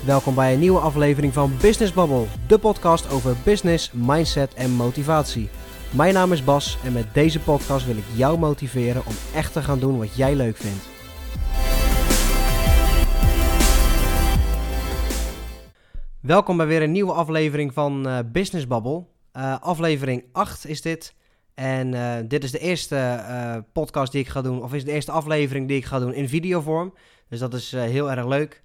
Welkom bij een nieuwe aflevering van Business Bubble, de podcast over business, mindset en motivatie. Mijn naam is Bas en met deze podcast wil ik jou motiveren om echt te gaan doen wat jij leuk vindt. Welkom bij weer een nieuwe aflevering van Business Bubble. Aflevering 8 is dit. En dit is de eerste podcast die ik ga doen, of is de eerste aflevering die ik ga doen in videovorm. Dus dat is heel erg leuk.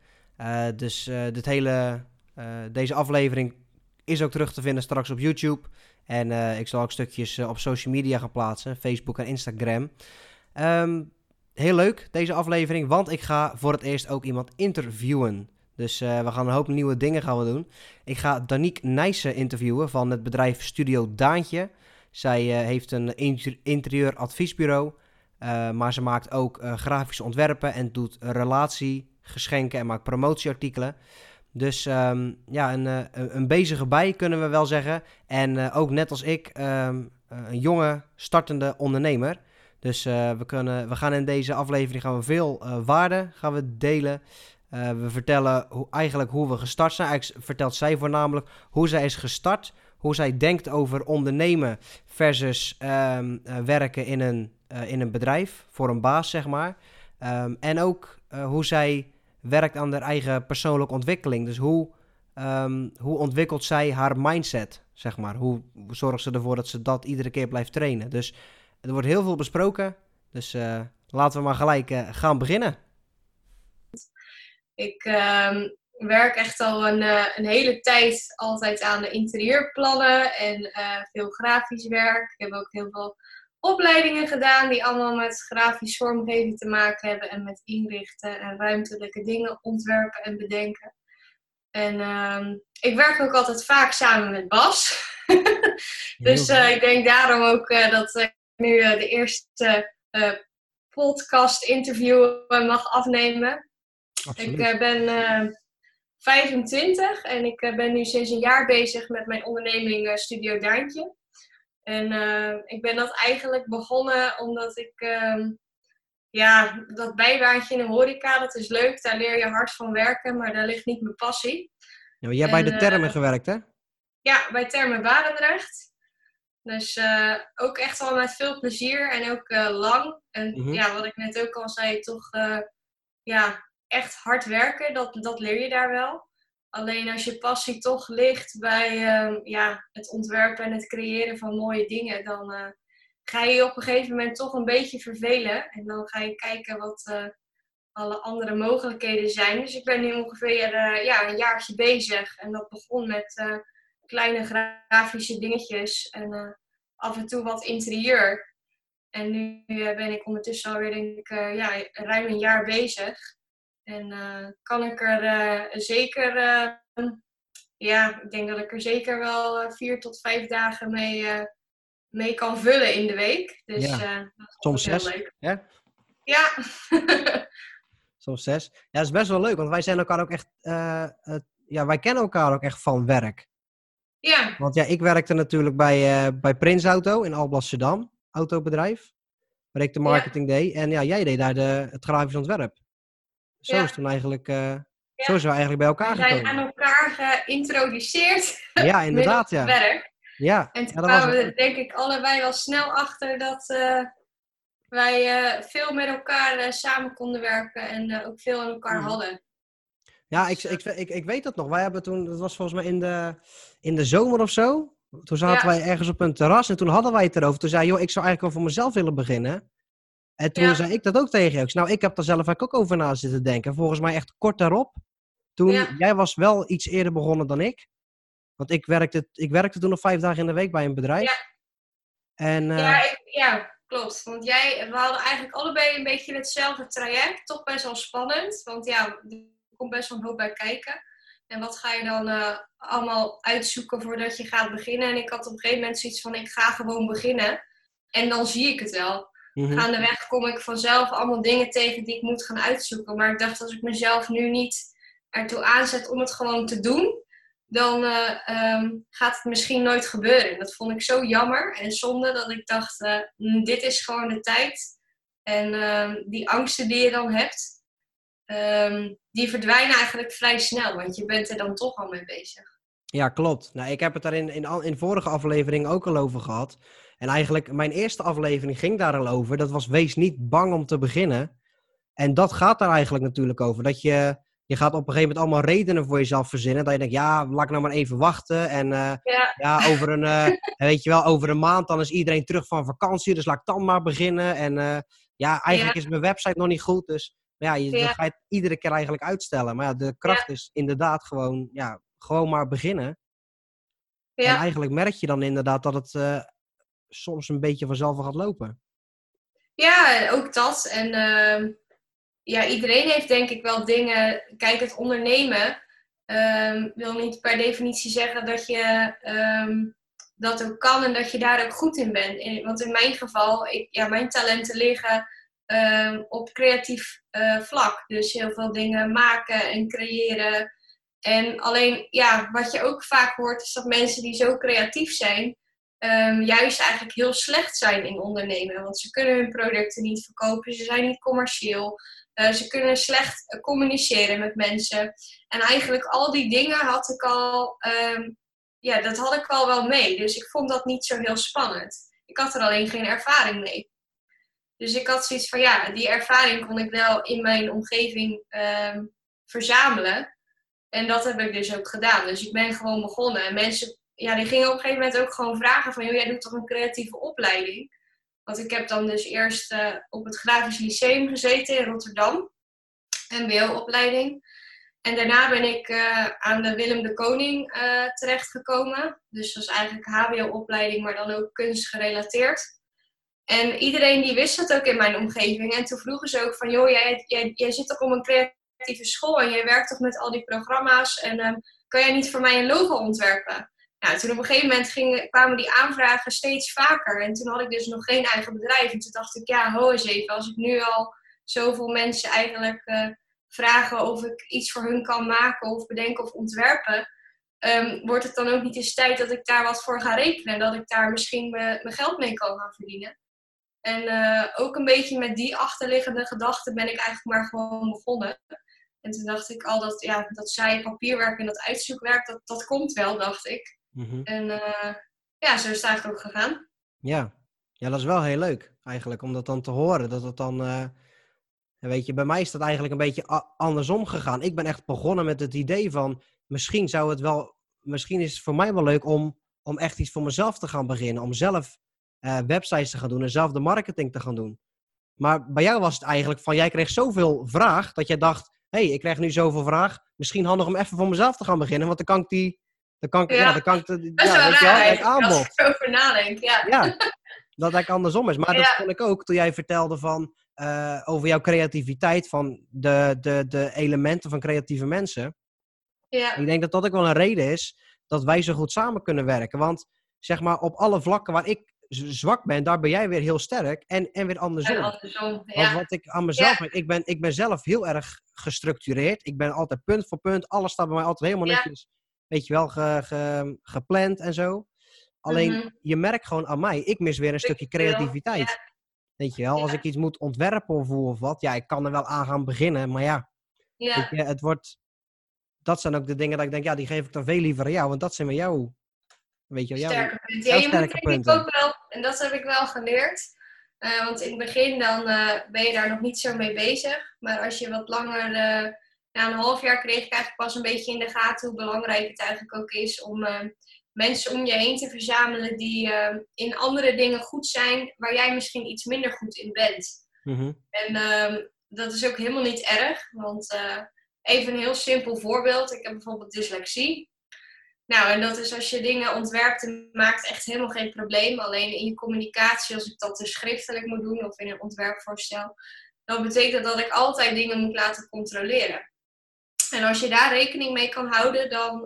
Deze aflevering is ook terug te vinden straks op YouTube. En ik zal ook stukjes op social media gaan plaatsen, Facebook en Instagram. Heel leuk deze aflevering, want ik ga voor het eerst ook iemand interviewen. Dus we gaan een hoop nieuwe dingen gaan we doen. Ik ga Danique Nijssen interviewen van het bedrijf Studio Daantje. Zij heeft een interieuradviesbureau, maar ze maakt ook grafische ontwerpen en doet relatiegeschenken en maakt promotieartikelen. Dus een bezige bij kunnen we wel zeggen. En ook net als ik, een jonge startende ondernemer. Dus we gaan in deze aflevering veel waarde gaan we delen. We vertellen hoe we gestart zijn. Eigenlijk vertelt zij voornamelijk hoe zij is gestart. Hoe zij denkt over ondernemen versus werken in een bedrijf. Voor een baas, zeg maar. En ook hoe zij werkt aan haar eigen persoonlijke ontwikkeling. Dus hoe ontwikkelt zij haar mindset, zeg maar. Hoe zorgt ze ervoor dat ze dat iedere keer blijft trainen. Dus er wordt heel veel besproken. Dus laten we maar gelijk gaan beginnen. Ik werk echt al een hele tijd altijd aan de interieurplannen en veel grafisch werk. Ik heb ook heel veel opleidingen gedaan die allemaal met grafisch vormgeving te maken hebben en met inrichten en ruimtelijke dingen ontwerpen en bedenken. En ik werk ook altijd vaak samen met Bas. Dus ik denk daarom ook dat ik nu de eerste podcast interview mag afnemen. Absoluut. Ik ben 25 en ik ben nu sinds een jaar bezig met mijn onderneming Studio Daantje. En ik ben dat eigenlijk begonnen omdat ik, dat bijbaantje in de horeca, dat is leuk. Daar leer je hard van werken, maar daar ligt niet mijn passie. Ja, maar jij hebt bij de Termen gewerkt, hè? Ja, bij Termen Barendrecht. Dus ook echt wel met veel plezier en ook lang. En wat ik net ook al zei, toch echt hard werken, dat leer je daar wel. Alleen als je passie toch ligt bij het ontwerpen en het creëren van mooie dingen, dan ga je op een gegeven moment toch een beetje vervelen. En dan ga je kijken wat alle andere mogelijkheden zijn. Dus ik ben nu ongeveer een jaartje bezig. En dat begon met kleine grafische dingetjes en af en toe wat interieur. En nu ben ik ondertussen alweer denk ik ruim een jaar bezig. En kan ik er zeker, ik denk dat ik er zeker wel 4 tot 5 dagen mee kan vullen in de week. Dus dat is soms heel 6. leuk. Ja? Ja. Soms 6. Ja, dat is best wel leuk, want wij zijn elkaar ook echt, wij kennen elkaar ook echt van werk. Ja. Want ja, ik werkte natuurlijk bij Prins Auto in Alblasserdam, autobedrijf, waar ik de marketing deed. En ja, jij deed daar het grafisch ontwerp. Zo is toen eigenlijk, zo zijn we eigenlijk bij elkaar gekomen. We zijn aan elkaar geïntroduceerd. Ja, inderdaad, ja. Werk. Ja. En toen kwamen we denk ik allebei wel snel achter dat wij veel met elkaar samen konden werken en ook veel aan elkaar hadden. Ja, ik weet dat nog. Wij hebben toen, dat was volgens mij in de zomer of zo. Toen zaten wij ergens op een terras en toen hadden wij het erover. Toen zei joh, ik zou eigenlijk wel voor mezelf willen beginnen. En toen zei ik dat ook tegen jou. Nou, ik heb daar zelf eigenlijk ook over na zitten denken. Volgens mij echt kort daarop. Toen, jij was wel iets eerder begonnen dan ik. Want ik werkte toen nog 5 dagen in de week bij een bedrijf. Ja. En, klopt. Want we hadden eigenlijk allebei een beetje hetzelfde traject. Toch best wel spannend. Want er komt best wel een hoop bij kijken. En wat ga je dan allemaal uitzoeken voordat je gaat beginnen? En ik had op een gegeven moment zoiets van, ik ga gewoon beginnen. En dan zie ik het wel. Gaandeweg kom ik vanzelf allemaal dingen tegen die ik moet gaan uitzoeken. Maar ik dacht, als ik mezelf nu niet ertoe aanzet om het gewoon te doen, dan gaat het misschien nooit gebeuren. Dat vond ik zo jammer en zonde dat ik dacht, dit is gewoon de tijd. En die angsten die je dan hebt, die verdwijnen eigenlijk vrij snel, want je bent er dan toch al mee bezig. Ja, klopt. Nou, ik heb het daar in vorige aflevering ook al over gehad. En eigenlijk, mijn eerste aflevering ging daar al over. Dat was wees niet bang om te beginnen. En dat gaat daar eigenlijk natuurlijk over. Dat je gaat op een gegeven moment allemaal redenen voor jezelf verzinnen. Dat je denkt, ja, laat ik nou maar even wachten. En ja, weet je wel, over een maand dan is iedereen terug van vakantie. Dus laat ik dan maar beginnen. En ja, eigenlijk is mijn website nog niet goed. Dus ja, dan ga je het iedere keer eigenlijk uitstellen. Maar ja, de kracht is inderdaad gewoon maar beginnen. Ja. En eigenlijk merk je dan inderdaad dat het soms een beetje vanzelf gaat lopen. Ja, ook dat. En ja, iedereen heeft denk ik wel dingen. Kijk, het ondernemen wil niet per definitie zeggen dat je dat ook kan en dat je daar ook goed in bent. Want in mijn geval, mijn talenten liggen op creatief vlak. Dus heel veel dingen maken en creëren. En alleen, ja, wat je ook vaak hoort, is dat mensen die zo creatief zijn, juist eigenlijk heel slecht zijn in ondernemen. Want ze kunnen hun producten niet verkopen, ze zijn niet commercieel. Ze kunnen slecht communiceren met mensen. En eigenlijk al die dingen had ik al, dat had ik al wel mee. Dus ik vond dat niet zo heel spannend. Ik had er alleen geen ervaring mee. Dus ik had zoiets van, ja, die ervaring kon ik wel in mijn omgeving verzamelen. En dat heb ik dus ook gedaan. Dus ik ben gewoon begonnen. En mensen, ja, die gingen op een gegeven moment ook gewoon vragen van, joh, jij doet toch een creatieve opleiding? Want ik heb dan dus eerst op het Grafisch Lyceum gezeten in Rotterdam. MBO-opleiding. En daarna ben ik aan de Willem de Koning terechtgekomen. Dus dat is eigenlijk een HBO-opleiding, maar dan ook kunstgerelateerd. En iedereen die wist dat ook in mijn omgeving. En toen vroegen ze ook van, joh, jij zit toch op een creatieve school en jij werkt toch met al die programma's. En kan jij niet voor mij een logo ontwerpen? Nou, toen op een gegeven moment kwamen die aanvragen steeds vaker. En toen had ik dus nog geen eigen bedrijf. En toen dacht ik, ja, ho eens even. Als ik nu al zoveel mensen eigenlijk vragen of ik iets voor hun kan maken of bedenken of ontwerpen. Wordt het dan ook niet eens tijd dat ik daar wat voor ga rekenen. En dat ik daar misschien mijn geld mee kan gaan verdienen. En ook een beetje met die achterliggende gedachten ben ik eigenlijk maar gewoon begonnen. En toen dacht ik al dat saaie papierwerk en dat uitzoekwerk, dat komt wel, dacht ik. Mm-hmm. En zo is het eigenlijk ook gegaan. Ja, dat is wel heel leuk eigenlijk, om dat dan te horen. Dat het dan, weet je, bij mij is dat eigenlijk een beetje andersom gegaan. Ik ben echt begonnen met het idee van, misschien is het voor mij wel leuk om echt iets voor mezelf te gaan beginnen. Om zelf websites te gaan doen en zelf de marketing te gaan doen. Maar bij jou was het eigenlijk van, jij kreeg zoveel vraag, dat jij dacht, hé, ik krijg nu zoveel vraag. Misschien handig om even voor mezelf te gaan beginnen, want dan kan ik dat is wel raar, aanbod. Als ik erover nadenk, ja, dat eigenlijk andersom is. Maar dat vond ik ook toen jij vertelde van over jouw creativiteit, van de elementen van creatieve mensen. Ja. Ik denk dat dat ook wel een reden is dat wij zo goed samen kunnen werken. Want zeg maar, op alle vlakken waar ik zwak ben, daar ben jij weer heel sterk en weer andersom. En andersom, ja. Want wat ik aan mezelf ik ben zelf heel erg gestructureerd. Ik ben altijd punt voor punt. Alles staat bij mij altijd helemaal netjes, weet je wel, gepland en zo. Alleen, je merkt gewoon aan mij, ik mis weer een stukje creativiteit. Ja. Weet je wel, als ik iets moet ontwerpen of wat, ja, ik kan er wel aan gaan beginnen, maar ja. Weet je, het wordt, dat zijn ook de dingen dat ik denk, ja, die geef ik dan veel liever aan jou, want dat zijn weer jouw, weet je wel, sterke punten. Ja, je moet denk ik ook wel, en dat heb ik wel geleerd, want in het begin dan ben je daar nog niet zo mee bezig, maar als je wat langer, na een half jaar kreeg ik eigenlijk pas een beetje in de gaten hoe belangrijk het eigenlijk ook is om mensen om je heen te verzamelen die in andere dingen goed zijn, waar jij misschien iets minder goed in bent. Mm-hmm. En dat is ook helemaal niet erg, want even een heel simpel voorbeeld. Ik heb bijvoorbeeld dyslexie. Nou, en dat is als je dingen ontwerpt en maakt echt helemaal geen probleem. Alleen in je communicatie, als ik dat dus schriftelijk moet doen of in een ontwerpvoorstel, dan betekent dat ik altijd dingen moet laten controleren. En als je daar rekening mee kan houden, dan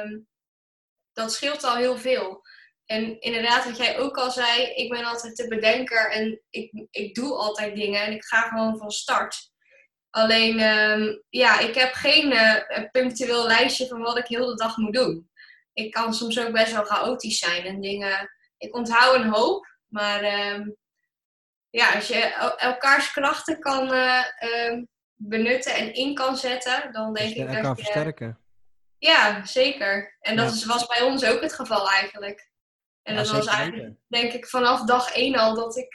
dat scheelt al heel veel. En inderdaad, wat jij ook al zei, ik ben altijd de bedenker en ik doe altijd dingen en ik ga gewoon van start. Alleen, ik heb geen punctueel lijstje van wat ik heel de dag moet doen. Ik kan soms ook best wel chaotisch zijn en dingen. Ik onthoud een hoop, maar als je elkaars krachten kan benutten en in kan zetten, dan denk ik dat Elkaar je... versterken. Ja, zeker. En dat Ja. was bij ons ook het geval eigenlijk. En Ja, dat was zeker eigenlijk, weten. denk ik, vanaf dag 1 al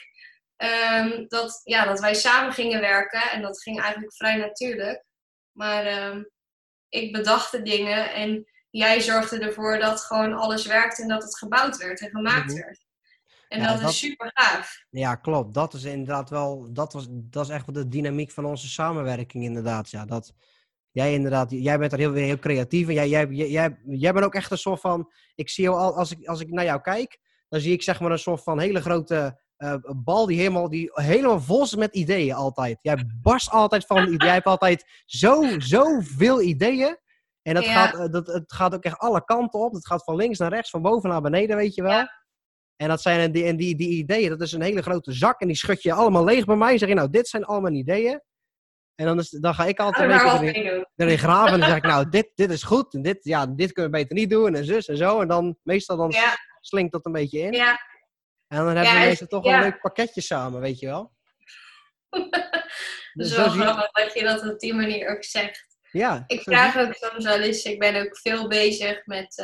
dat wij samen gingen werken. En dat ging eigenlijk vrij natuurlijk. Maar ik bedacht de dingen en jij zorgde ervoor dat gewoon alles werkte en dat het gebouwd werd en gemaakt werd. En Ja, dat is super gaaf. ja, klopt. Dat is inderdaad wel, dat is echt wel de dynamiek van onze samenwerking inderdaad. Ja, dat jij bent er heel creatief en jij bent ook echt een soort van, ik zie jou al, als ik naar jou kijk, dan zie ik zeg maar een soort van hele grote bal die helemaal vol is met ideeën altijd. Jij barst altijd van ideeën. Jij hebt altijd zoveel ideeën. En Ja, het gaat ook echt alle kanten op. Het gaat van links naar rechts, van boven naar beneden, weet je wel. ja. En dat zijn die ideeën, dat is een hele grote zak. En die schud je allemaal leeg bij mij. Zeg je, nou, dit zijn allemaal ideeën. En dan ga ik Ga altijd er een maar beetje wat mee doen. erin graven. En dan zeg ik, nou, dit is goed. En dit kunnen we beter niet doen. En zus en zo. En dan meestal Ja, slinkt dat een beetje in. ja. En dan hebben we Ja, meestal toch wel een leuk pakketje samen, weet je wel. Dat is Zo wel zie je. grappig dat je dat op die manier ook zegt. Ja, Ik zo zie vraag je. ook soms wel eens, ik ben ook veel bezig met,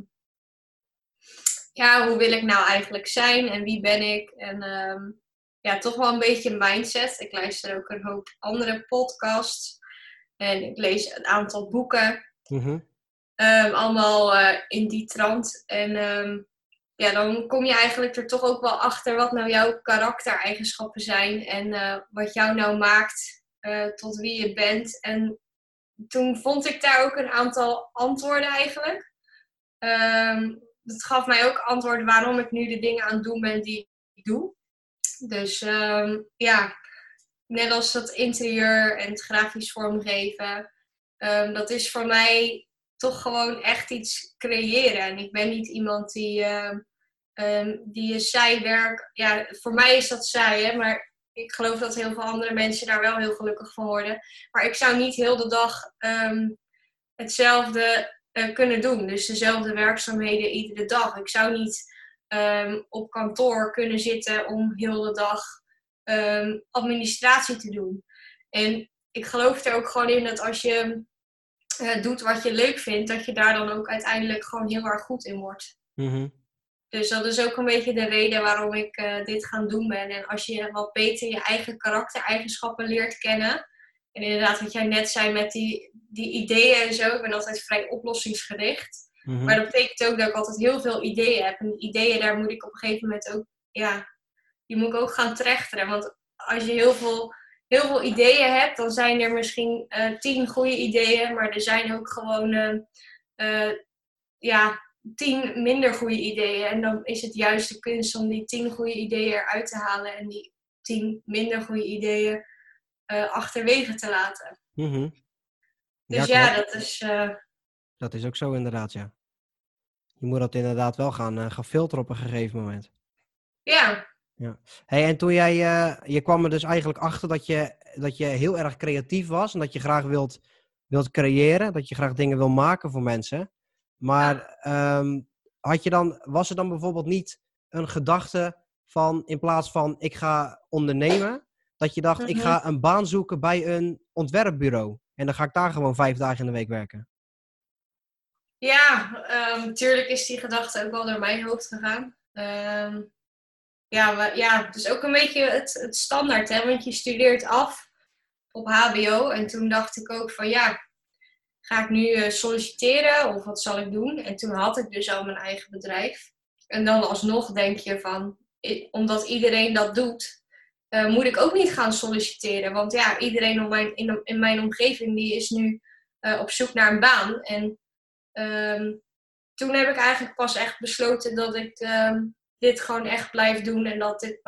hoe wil ik nou eigenlijk zijn en wie ben ik? En toch wel een beetje mindset. Ik luister ook een hoop andere podcasts en ik lees een aantal boeken. Mhm. Allemaal in die trant. En dan kom je eigenlijk er toch ook wel achter wat nou jouw karaktereigenschappen zijn en wat jou nou maakt tot wie je bent. En toen vond ik daar ook een aantal antwoorden eigenlijk. Dat gaf mij ook antwoorden waarom ik nu de dingen aan het doen ben die ik doe. Dus net als dat interieur en het grafisch vormgeven. Dat is voor mij toch gewoon echt iets creëren. En ik ben niet iemand die een saai werk... Ja, voor mij is dat saai, hè, maar ik geloof dat heel veel andere mensen daar wel heel gelukkig van worden. Maar ik zou niet heel de dag hetzelfde kunnen doen. Dus dezelfde werkzaamheden iedere dag. Ik zou niet op kantoor kunnen zitten om heel de dag administratie te doen. En ik geloof er ook gewoon in dat als je doet wat je leuk vindt, dat je daar dan ook uiteindelijk gewoon heel erg goed in wordt. Mhm. Dus dat is ook een beetje de reden waarom ik dit gaan doen ben. En als je wat beter je eigen karaktereigenschappen leert kennen. En inderdaad, wat jij net zei met die ideeën en zo. Ik ben altijd vrij oplossingsgericht. Mhm. Maar dat betekent ook dat ik altijd heel veel ideeën heb. En die ideeën, daar moet ik op een gegeven moment ook... Ja, die moet ik ook gaan trechteren. Want als je heel veel ideeën hebt, dan zijn er misschien 10 goede ideeën. Maar er zijn ook gewoon 10 minder goede ideeën. En dan is het juist de kunst om die 10 goede ideeën eruit te halen en die 10 minder goede ideeën achterwege te laten. Mhm. Ja, Dus klopt. dat is... Dat is ook zo inderdaad, ja. Je moet dat inderdaad wel gaan filteren op een gegeven moment. Ja. Ja. Hey, en toen je kwam er dus eigenlijk achter dat je heel erg creatief was en dat je graag wilt creëren, dat je graag dingen wil maken voor mensen. Maar was er dan bijvoorbeeld niet een gedachte van, in plaats van ik ga ondernemen, dat je dacht ik ga een baan zoeken bij een ontwerpbureau en dan ga ik daar gewoon 5 dagen in de week werken? Ja, natuurlijk is die gedachte ook wel door mijn hoofd gegaan. Het is ook een beetje het standaard, hè? Want je studeert af op HBO. En toen dacht ik ook van ga ik nu solliciteren of wat zal ik doen? En toen had ik dus al mijn eigen bedrijf. En dan alsnog denk je van, omdat iedereen dat doet, moet ik ook niet gaan solliciteren. Want ja, iedereen in mijn omgeving die is nu op zoek naar een baan. En toen heb ik eigenlijk pas echt besloten dat ik dit gewoon echt blijf doen. En dat dit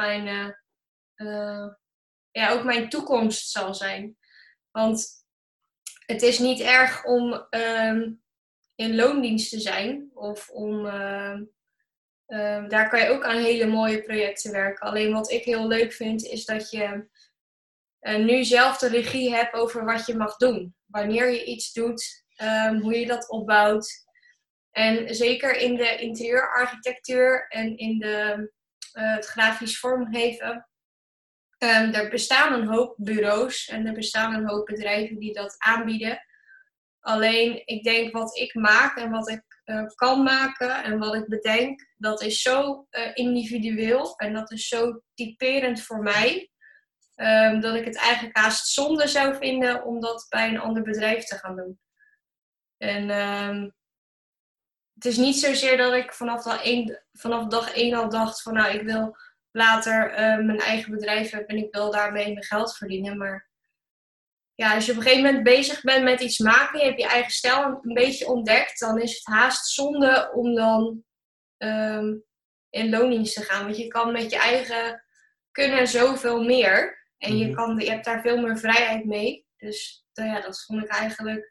ook mijn toekomst zal zijn. Want het is niet erg om in loondienst te zijn. Of om... daar kan je ook aan hele mooie projecten werken. Alleen wat ik heel leuk vind, is dat je nu zelf de regie hebt over wat je mag doen. Wanneer je iets doet, hoe je dat opbouwt. En zeker in de interieurarchitectuur en in het grafisch vormgeven Er bestaan een hoop bureaus en er bestaan een hoop bedrijven die dat aanbieden. Alleen, ik denk wat ik maak en wat ik kan maken en wat ik bedenk, dat is zo individueel en dat is zo typerend voor mij, dat ik het eigenlijk haast zonde zou vinden om dat bij een ander bedrijf te gaan doen. En het is niet zozeer dat ik vanaf dag één al dacht van nou, ik wil later mijn eigen bedrijf hebben en ik wil daarmee mijn geld verdienen. Maar ja, als je op een gegeven moment bezig bent met iets maken, je hebt je eigen stijl een beetje ontdekt, dan is het haast zonde om dan in loondienst te gaan. Want je kan met je eigen kunnen zoveel meer. En je hebt daar veel meer vrijheid mee. Dus ja, dat vond ik eigenlijk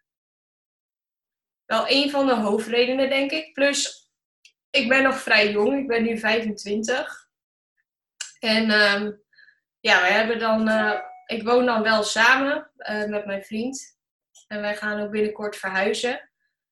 wel een van de hoofdredenen, denk ik. Plus, ik ben nog vrij jong. Ik ben nu 25. En ja, wij hebben dan... ik woon dan wel samen met mijn vriend. En wij gaan ook binnenkort verhuizen.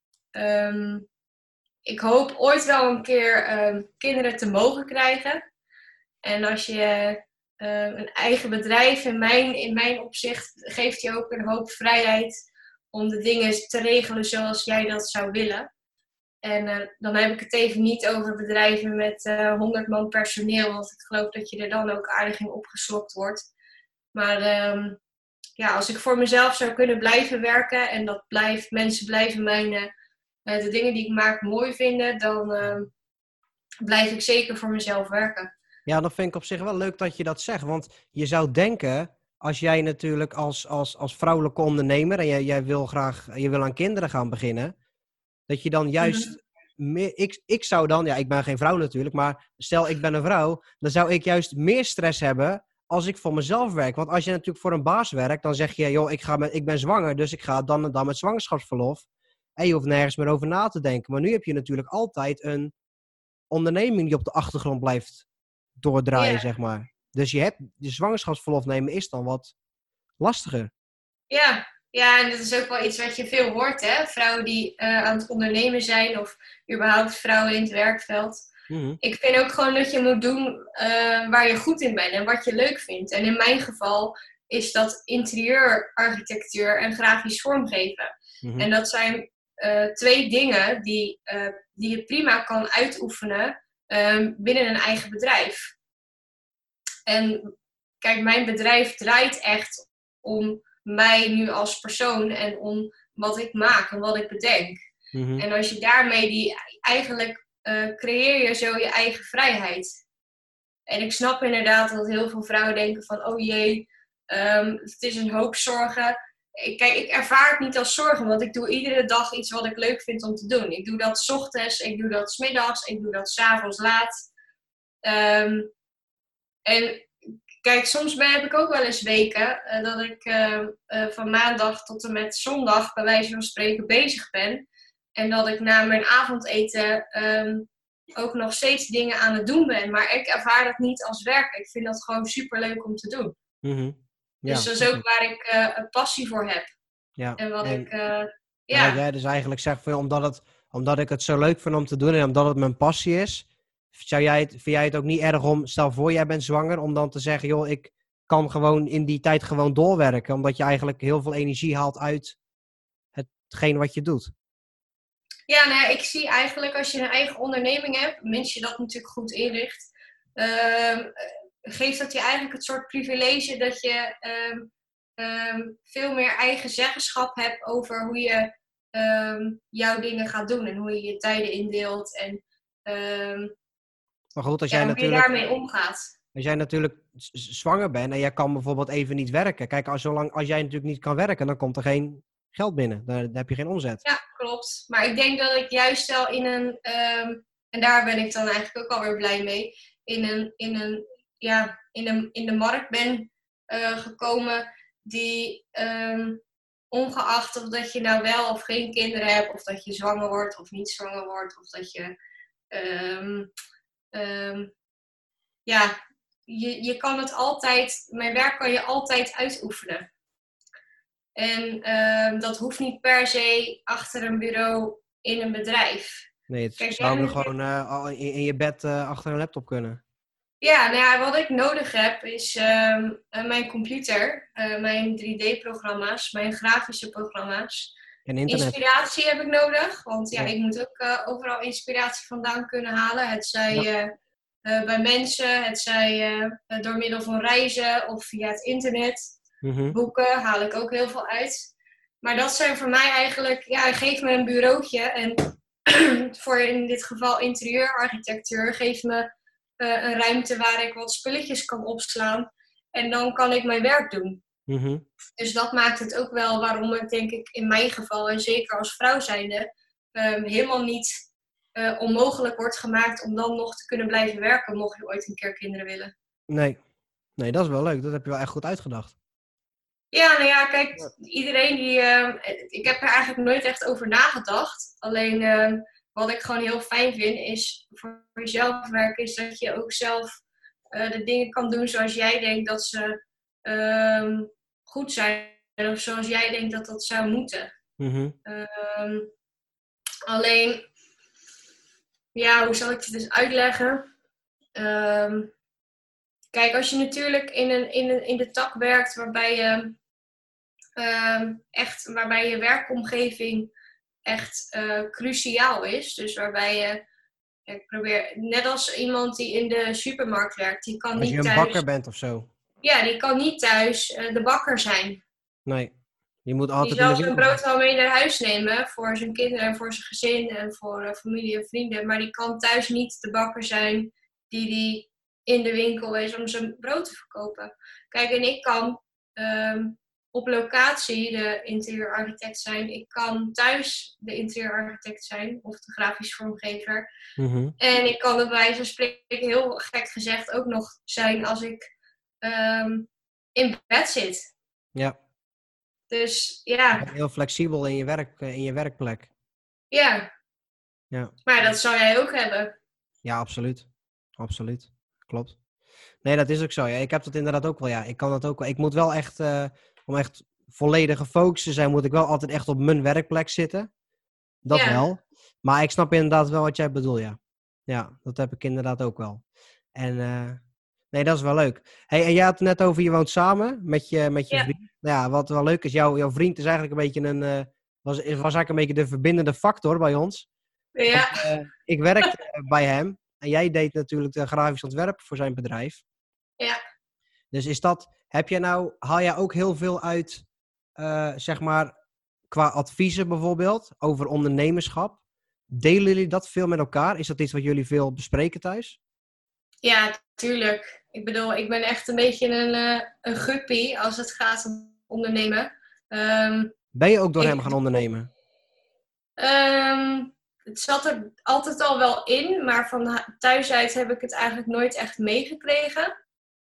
Ik hoop ooit wel een keer kinderen te mogen krijgen. En als je een eigen bedrijf, in mijn opzicht, geeft je ook een hoop vrijheid om de dingen te regelen zoals jij dat zou willen. En dan heb ik het even niet over bedrijven met 100 man personeel, want ik geloof dat je er dan ook aardig in opgeslokt wordt. Maar ja, als ik voor mezelf zou kunnen blijven werken en mensen blijven de dingen die ik maak mooi vinden, dan blijf ik zeker voor mezelf werken. Ja, dat vind ik op zich wel leuk dat je dat zegt. Want je zou denken, als jij natuurlijk als vrouwelijke ondernemer en jij wil je wil aan kinderen gaan beginnen, dat je dan juist meer, ik zou dan, ja, ik ben geen vrouw natuurlijk, maar stel ik ben een vrouw, dan zou ik juist meer stress hebben als ik voor mezelf werk. Want als je natuurlijk voor een baas werkt, dan zeg je, joh, ik ben zwanger, dus ik ga dan en dan met zwangerschapsverlof. En je hoeft nergens meer over na te denken. Maar nu heb je natuurlijk altijd een onderneming die op de achtergrond blijft doordraaien, zeg maar. Dus je zwangerschapsverlof nemen is dan wat lastiger. Ja, en dat is ook wel iets wat je veel hoort, hè? Vrouwen die aan het ondernemen zijn of überhaupt vrouwen in het werkveld. Ik vind ook gewoon dat je moet doen waar je goed in bent en wat je leuk vindt. En in mijn geval is dat interieurarchitectuur en grafisch vormgeven. En dat zijn twee dingen die je prima kan uitoefenen binnen een eigen bedrijf. En kijk, mijn bedrijf draait echt om mij nu als persoon en om wat ik maak en wat ik bedenk. En als je daarmee eigenlijk creëer je zo je eigen vrijheid. En ik snap inderdaad dat heel veel vrouwen denken van oh jee, het is een hoop zorgen. Kijk, ik ervaar het niet als zorgen, want ik doe iedere dag iets wat ik leuk vind om te doen. Ik doe dat 's ochtends, ik doe dat 's middags, ik doe dat 's avonds laat. En kijk, soms heb ik ook wel eens weken dat ik van maandag tot en met zondag bij wijze van spreken bezig ben. En dat ik na mijn avondeten ook nog steeds dingen aan het doen ben. Maar ik ervaar dat niet als werk. Ik vind dat gewoon superleuk om te doen. Ja, dus dat is ook waar ik een passie voor heb. Ja. En wat ik... Wat jij dus eigenlijk zegt, omdat ik het zo leuk vind om te doen en omdat het mijn passie is, vind jij het ook niet erg om, stel voor jij bent zwanger, om dan te zeggen, joh, ik kan gewoon in die tijd gewoon doorwerken, omdat je eigenlijk heel veel energie haalt uit hetgeen wat je doet? Ja, nou ja, ik zie eigenlijk als je een eigen onderneming hebt, mits je dat natuurlijk goed inricht, geeft dat je eigenlijk het soort privilege dat je veel meer eigen zeggenschap hebt over hoe je jouw dingen gaat doen en hoe je je tijden indeelt en maar goed, hoe je daarmee omgaat. Als jij natuurlijk zwanger bent en jij kan bijvoorbeeld even niet werken. Kijk, als jij natuurlijk niet kan werken, dan komt er geen geld binnen. Dan heb je geen omzet. Ja, klopt. Maar ik denk dat ik juist wel in een, en daar ben ik dan eigenlijk ook alweer blij mee, in de markt ben gekomen die ongeacht of dat je nou wel of geen kinderen hebt, of dat je zwanger wordt of niet zwanger wordt, of dat je je kan het altijd, mijn werk kan je altijd uitoefenen. En dat hoeft niet per se achter een bureau in een bedrijf. Nee, het zou nu gewoon in je bed achter een laptop kunnen. Ja, nou ja, wat ik nodig heb is mijn computer, mijn 3D-programma's, mijn grafische programma's. En internet. Inspiratie heb ik nodig, want ja, Ja. ik moet ook overal inspiratie vandaan kunnen halen. Het Ja. zij bij mensen, het zij door middel van reizen of via het internet. Mhm. Boeken haal ik ook heel veel uit. Maar dat zijn voor mij eigenlijk, ja, geef me een bureautje en voor in dit geval interieurarchitectuur, geef me een ruimte waar ik wat spulletjes kan opslaan. En dan kan ik mijn werk doen. Mhm. Dus dat maakt het ook wel waarom het denk ik in mijn geval, en zeker als vrouw zijnde, helemaal niet onmogelijk wordt gemaakt om dan nog te kunnen blijven werken, mocht je ooit een keer kinderen willen. Nee. Nee, dat is wel leuk. Dat heb je wel echt goed uitgedacht. Ja, nou ja, kijk, iedereen die... ik heb er eigenlijk nooit echt over nagedacht. Alleen wat ik gewoon heel fijn vind is voor jezelf werken, is dat je ook zelf de dingen kan doen zoals jij denkt dat ze goed zijn. Of zoals jij denkt dat dat zou moeten. Mhm. Ehm, alleen, ja, hoe zal ik het dus uitleggen? Kijk, als je natuurlijk in de tak werkt waarbij je waarbij je werkomgeving echt cruciaal is. Dus waarbij je, ik probeer, net als iemand die in de supermarkt werkt, die kan Als je niet een thuis, bakker bent of zo. ja, die kan niet thuis de bakker zijn. Nee. Je moet Die altijd in de zal zijn winkel zijn. brood wel mee naar huis nemen voor zijn kinderen en voor zijn gezin en voor familie en vrienden. Maar die kan thuis niet de bakker zijn die in de winkel is om zijn brood te verkopen. Kijk, en ik kan op locatie de interieurarchitect zijn. Ik kan thuis de interieurarchitect zijn of de grafisch vormgever. Mhm. En ik kan bij wijze van spreken heel gek gezegd ook nog zijn als ik in bed zit. Ja. Dus Je ja, bent heel flexibel in je werk, in je werkplek. ja. Ja. Maar dat zou jij ook hebben. Ja, absoluut. Absoluut. Klopt. Nee, dat is ook zo. Ja, ik heb dat inderdaad ook wel. Ja, ik kan dat ook wel. Ik moet wel echt, om echt volledig gefocust te zijn, moet ik wel altijd echt op mijn werkplek zitten. Dat Ja, wel. Maar ik snap inderdaad wel wat jij bedoelt, ja. Ja, dat heb ik inderdaad ook wel. En nee, dat is wel leuk. Hey, en jij had het net over je woont samen met je ja, vriend. Nou ja, wat wel leuk is, jouw vriend is eigenlijk een beetje was eigenlijk een beetje de verbindende factor bij ons. Want ja, ik werkte bij hem en jij deed natuurlijk de grafisch ontwerp voor zijn bedrijf. ja. Dus haal jij ook heel veel uit, zeg maar, qua adviezen bijvoorbeeld, over ondernemerschap? Delen jullie dat veel met elkaar? Is dat iets wat jullie veel bespreken thuis? Ja, tuurlijk. Ik bedoel, ik ben echt een beetje een guppy als het gaat om ondernemen. Ben je ook door hem Ik, gaan ondernemen? het zat er altijd al wel in, maar van thuis uit heb ik het eigenlijk nooit echt meegekregen.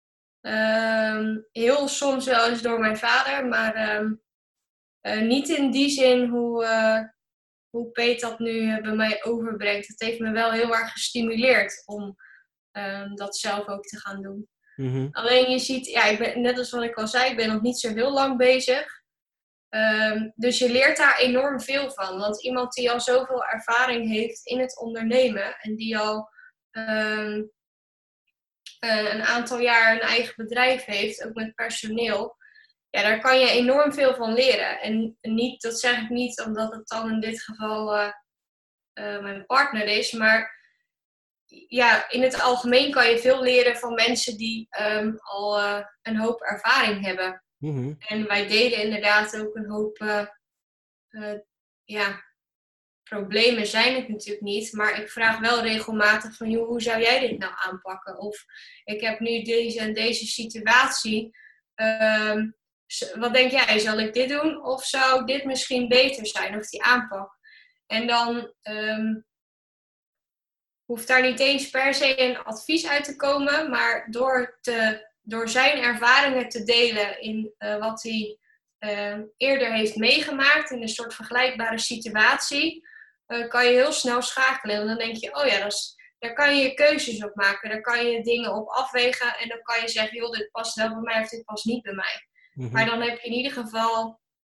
Heel soms wel eens door mijn vader, maar niet in die zin hoe Peet dat nu bij mij overbrengt. Het heeft me wel heel erg gestimuleerd om dat zelf ook te gaan doen. Mhm. Alleen je ziet, ja, ik ben, net als wat ik al zei, ik ben nog niet zo heel lang bezig. Dus je leert daar enorm veel van. Want iemand die al zoveel ervaring heeft in het ondernemen en die al een aantal jaar een eigen bedrijf heeft, ook met personeel, ja, daar kan je enorm veel van leren. En niet, dat zeg ik niet omdat het dan in dit geval mijn partner is, maar ja, in het algemeen kan je veel leren van mensen die al een hoop ervaring hebben. Mhm. En wij delen inderdaad ook een hoop ja, problemen zijn het natuurlijk niet, maar ik vraag wel regelmatig van, joh, hoe zou jij dit nou aanpakken? Of ik heb nu deze en deze situatie. Wat denk jij? Zal ik dit doen? Of zou dit misschien beter zijn? Of die aanpak? En dan hoeft daar niet eens per se een advies uit te komen, maar door zijn ervaringen te delen in wat hij eerder heeft meegemaakt in een soort vergelijkbare situatie, kan je heel snel schakelen. En dan denk je, oh ja, daar kan je keuzes op maken, daar kan je dingen op afwegen en dan kan je zeggen, joh, dit past wel bij mij of dit past niet bij mij. Mhm. Maar dan heb je in ieder geval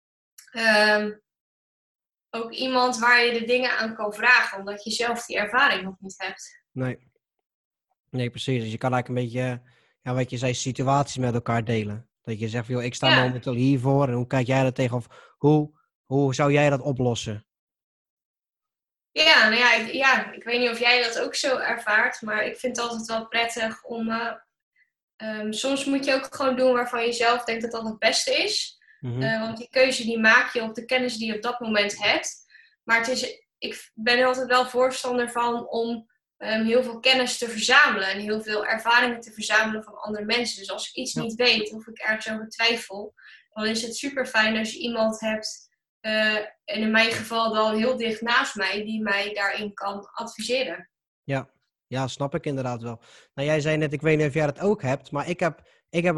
ook iemand waar je de dingen aan kan vragen, omdat je zelf die ervaring nog niet hebt. Nee. Nee, precies. Dus je kan eigenlijk een beetje, ja, wat je zei, situaties met elkaar delen. Dat je zegt, joh, ik sta Ja. momenteel hiervoor en hoe kijk jij er tegen? Of hoe zou jij dat oplossen? Ja, nou ja, ik weet niet of jij dat ook zo ervaart, maar ik vind het altijd wel prettig om... soms moet je ook gewoon doen waarvan je zelf denkt dat dat het beste is. Mhm. Want die keuze die maak je op de kennis die je op dat moment hebt. Maar ik ben er altijd wel voorstander van om heel veel kennis te verzamelen. En heel veel ervaringen te verzamelen van andere mensen. Dus als ik iets Ja. niet weet of ik ergens over twijfel, dan is het super fijn als je iemand hebt... en in mijn geval dan heel dicht naast mij, die mij daarin kan adviseren. Ja. Ja, snap ik inderdaad wel. Nou, jij zei net, ik weet niet of jij dat ook hebt, maar ik heb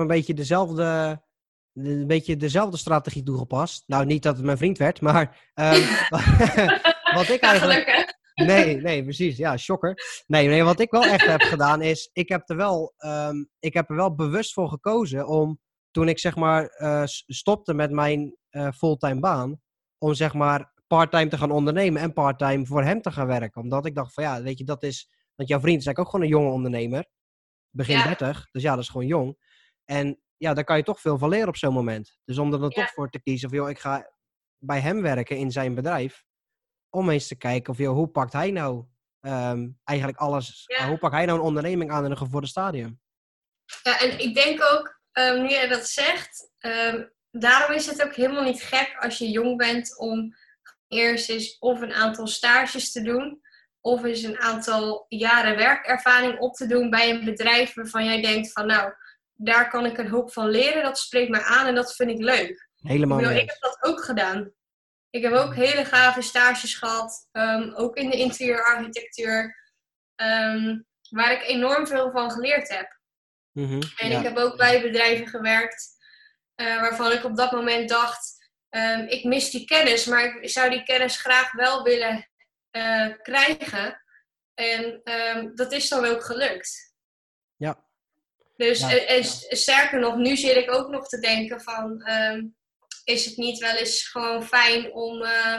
een beetje dezelfde strategie toegepast. Nou, niet dat het mijn vriend werd, maar wat ik Ja, eigenlijk... gelukkig. Nee, precies. Ja, shocker. Nee, wat ik wel echt heb gedaan is, ik heb er wel bewust voor gekozen om, toen ik zeg maar stopte met mijn fulltime baan, om zeg maar parttime te gaan ondernemen en parttime voor hem te gaan werken. Omdat ik dacht van ja, weet je, want jouw vriend is eigenlijk ook gewoon een jonge ondernemer, begin Ja, 30, dus ja, dat is gewoon jong. En ja, daar kan je toch veel van leren op zo'n moment. Dus om er dan ja, toch voor te kiezen van joh, ik ga bij hem werken in zijn bedrijf, om eens te kijken of joh, hoe pakt hij nou eigenlijk alles, hoe ja. pakt hij nou een onderneming aan in een gevorderd stadium? Ja, en ik denk ook, nu jij dat zegt, daarom is het ook helemaal niet gek als je jong bent om eerst eens of een aantal stages te doen, of eens een aantal jaren werkervaring op te doen bij een bedrijf waarvan jij denkt van nou, daar kan ik een hoop van leren, dat spreekt mij aan en dat vind ik leuk. Helemaal mee Ik heb eens. dat ook gedaan. Ik heb ook hele gave stages gehad, ook in de interieurarchitectuur, waar ik enorm veel van geleerd heb. En ik Ja. heb ook bij bedrijven gewerkt waarvan ik op dat moment dacht, ik mis die kennis, maar ik zou die kennis graag wel willen krijgen. En dat is dan ook gelukt. Ja. Dus Ja. sterker nog, nu zit ik ook nog te denken van, is het niet wel eens gewoon fijn om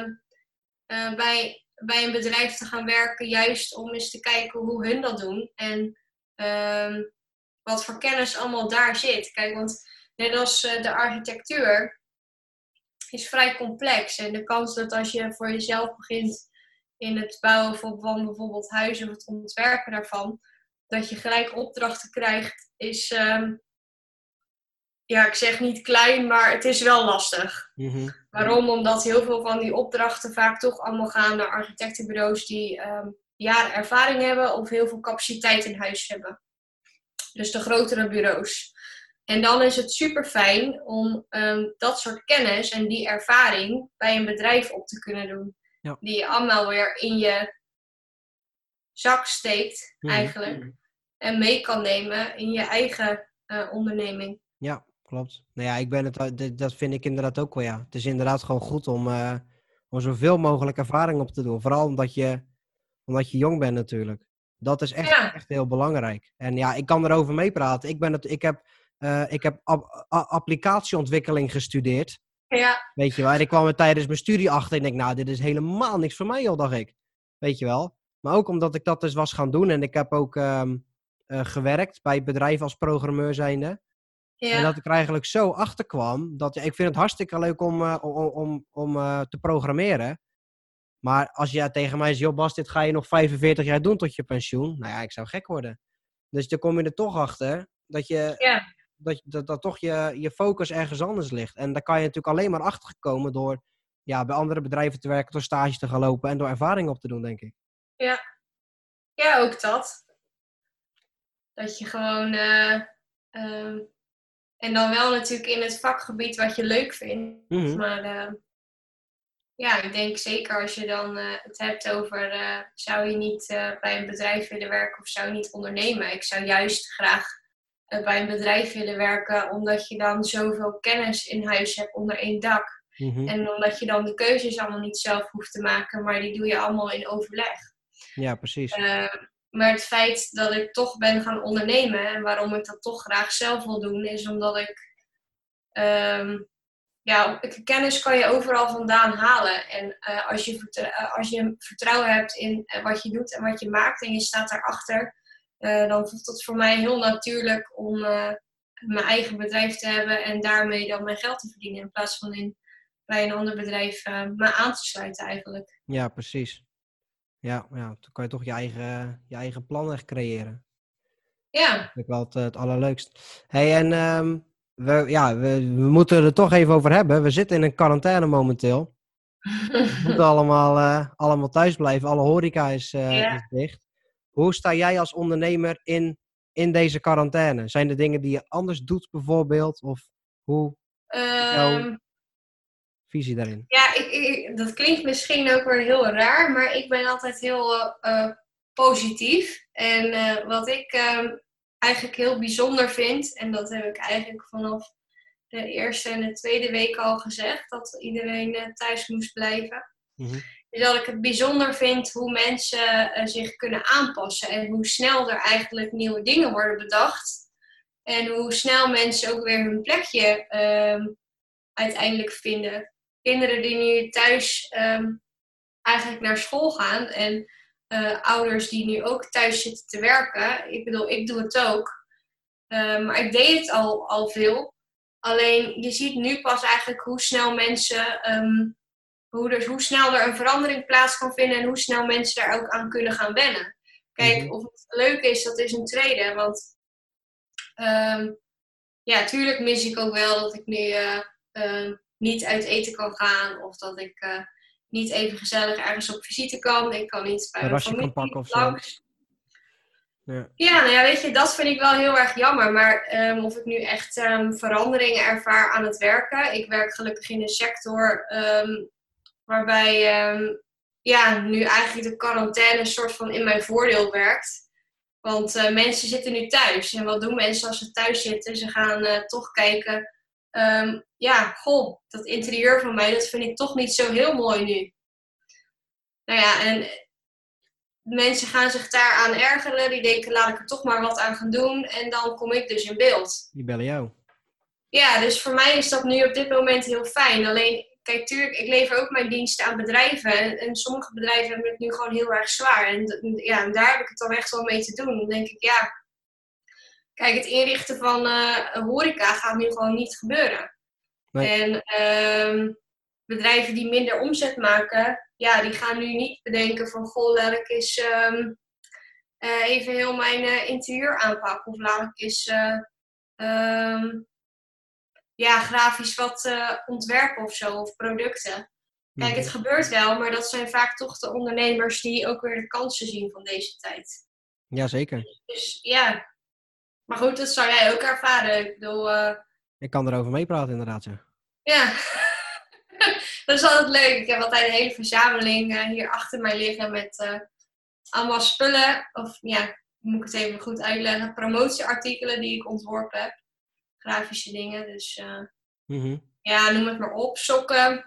bij een bedrijf te gaan werken, juist om eens te kijken hoe hun dat doen en wat voor kennis allemaal daar zit. Kijk, want net als de architectuur is vrij complex en de kans dat als je voor jezelf begint in het bouwen van bijvoorbeeld huizen of het ontwerpen daarvan, dat je gelijk opdrachten krijgt, is, ja, ik zeg niet klein, maar het is wel lastig. Waarom? Omdat heel veel van die opdrachten vaak toch allemaal gaan naar architectenbureaus die jaren ervaring hebben of heel veel capaciteit in huis hebben. Dus de grotere bureaus. En dan is het super fijn om dat soort kennis en die ervaring bij een bedrijf op te kunnen doen. Ja. Die je allemaal weer in je zak steekt, eigenlijk. En mee kan nemen in je eigen onderneming. Ja, klopt. Nou ja, dat vind ik inderdaad ook wel, ja. Het is inderdaad gewoon goed om zoveel mogelijk ervaring op te doen. Vooral omdat je jong bent natuurlijk. Dat is echt, Ja, echt heel belangrijk. En ja, ik kan erover meepraten. Ik heb applicatieontwikkeling gestudeerd. ja, Weet je wel. En ik kwam er tijdens mijn studie achter en ik denk, nou, dit is helemaal niks voor mij, joh, dacht ik. Weet je wel. Maar ook omdat ik dat dus was gaan doen. En ik heb ook gewerkt bij bedrijven als programmeur zijnde. En dat ja, ik er eigenlijk zo achter kwam dat ik vind het hartstikke leuk om te programmeren. Maar als je tegen mij zegt, joh Bas, dit ga je nog 45 jaar doen tot je pensioen. Nou ja, ik zou gek worden. Dus dan kom je er toch achter ja. dat toch je focus ergens anders ligt. En daar kan je natuurlijk alleen maar achter komen door ja, bij andere bedrijven te werken, door stage te gaan lopen en door ervaring op te doen, denk ik. Ja, ja, ook dat. Dat je gewoon... en dan wel natuurlijk in het vakgebied wat je leuk vindt. Maar ja, ik denk zeker als je dan het hebt over... zou je niet bij een bedrijf willen werken of zou je niet ondernemen? Ik zou juist graag bij een bedrijf willen werken, omdat je dan zoveel kennis in huis hebt onder één dak. En omdat je dan de keuzes allemaal niet zelf hoeft te maken, maar die doe je allemaal in overleg. Ja, precies. Maar het feit dat ik toch ben gaan ondernemen en waarom ik dat toch graag zelf wil doen, is omdat ik... ja, kennis kan je overal vandaan halen. En als je vertrouwen hebt in wat je doet en wat je maakt en je staat daarachter, dan voelt het voor mij heel natuurlijk om mijn eigen bedrijf te hebben en daarmee dan mijn geld te verdienen. In plaats van bij een ander bedrijf me aan te sluiten eigenlijk. Ja, precies. Ja, dan kan je toch je eigen plan echt creëren. Ja. Dat vind ik wel het allerleukst. Hey, en we moeten er toch even over hebben. We zitten in een quarantaine momenteel. We moeten allemaal thuis blijven. Alle horeca is dicht. Hoe sta jij als ondernemer in deze quarantaine? Zijn er dingen die je anders doet bijvoorbeeld? Of hoe is jouw visie daarin? Ja, dat klinkt misschien ook weer heel raar, maar ik ben altijd heel positief. En wat ik eigenlijk heel bijzonder vind, en dat heb ik eigenlijk vanaf de eerste en de tweede week al gezegd, dat iedereen thuis moest blijven. Mm-hmm. Dus dat ik het bijzonder vind hoe mensen zich kunnen aanpassen en hoe snel er eigenlijk nieuwe dingen worden bedacht. En hoe snel mensen ook weer hun plekje uiteindelijk vinden. Kinderen die nu thuis eigenlijk naar school gaan en ouders die nu ook thuis zitten te werken. Ik bedoel, ik doe het ook. Maar ik deed het al veel. Alleen je ziet nu pas eigenlijk hoe snel mensen, hoe snel er een verandering plaats kan vinden en hoe snel mensen daar ook aan kunnen gaan wennen. Kijk, of het leuk is, dat is een tweede. Want ja, tuurlijk mis ik ook wel dat ik nu niet uit eten kan gaan of dat ik niet even gezellig ergens op visite kan. Ik kan niet bij mijn familie kan pakken of langs. Zo. Ja. Ja, nou ja, weet je, dat vind ik wel heel erg jammer. Maar of ik nu echt veranderingen ervaar aan het werken. Ik werk gelukkig in een sector waarbij ja, nu eigenlijk de quarantaine een soort van in mijn voordeel werkt. Want mensen zitten nu thuis. En wat doen mensen als ze thuis zitten? Ze gaan toch kijken. Ja, goh, dat interieur van mij, dat vind ik toch niet zo heel mooi nu. Nou ja, en mensen gaan zich daaraan ergeren. Die denken, laat ik er toch maar wat aan gaan doen. En dan kom ik dus in beeld. Die bellen jou. Ja, dus voor mij is dat nu op dit moment heel fijn. Alleen, kijk, tuurlijk, ik lever ook mijn diensten aan bedrijven. En sommige bedrijven hebben het nu gewoon heel erg zwaar. En daar heb ik het dan echt wel mee te doen. Dan denk ik, ja, kijk, het inrichten van een horeca gaat nu gewoon niet gebeuren. Nee. En bedrijven die minder omzet maken, ja, die gaan nu niet bedenken van, goh, laat ik eens even heel mijn interieur aanpakken. Of laat ik eens ja, grafisch wat ontwerpen of zo, of producten. Kijk, het gebeurt wel, maar dat zijn vaak toch de ondernemers die ook weer de kansen zien van deze tijd. Jazeker. Dus ja, maar goed, dat zou jij ook ervaren. Ik bedoel... Ik kan erover meepraten inderdaad, ja. Ja, dat is altijd leuk. Ik heb altijd een hele verzameling hier achter mij liggen met allemaal spullen. Of ja, moet ik het even goed uitleggen. Promotieartikelen die ik ontworpen heb. Grafische dingen, dus ja, noem het maar op. Sokken,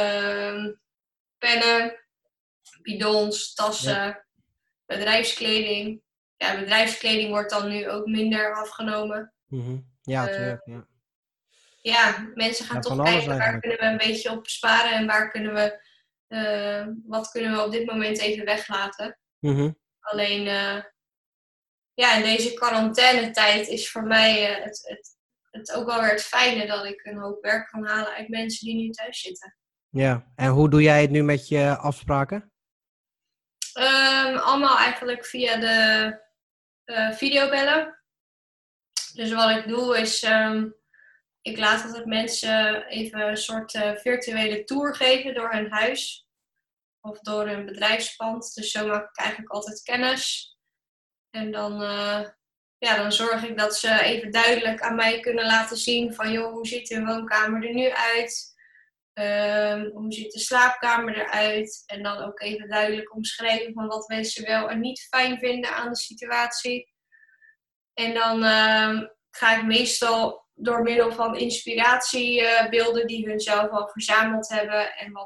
pennen, bidons, tassen, bedrijfskleding. Ja, bedrijfskleding wordt dan nu ook minder afgenomen. Ja, tuurlijk, ja. Ja, mensen gaan toch kijken waar kunnen we een beetje op sparen en waar kunnen we, wat kunnen we op dit moment even weglaten. Alleen, ja, in deze quarantainetijd is voor mij het ook wel weer het fijne dat ik een hoop werk kan halen uit mensen die nu thuis zitten. Ja, en hoe doe jij het nu met je afspraken? Allemaal eigenlijk via de videobellen. Dus wat ik doe is, ik laat altijd mensen even een soort virtuele tour geven door hun huis. Of door hun bedrijfspand. Dus zo maak ik eigenlijk altijd kennis. En dan, ja, dan zorg ik dat ze even duidelijk aan mij kunnen laten zien van, joh, hoe ziet hun woonkamer er nu uit? Hoe ziet de slaapkamer eruit? En dan ook even duidelijk omschrijven van wat mensen wel en niet fijn vinden aan de situatie. En dan ga ik meestal door middel van inspiratiebeelden die hun zelf al verzameld hebben en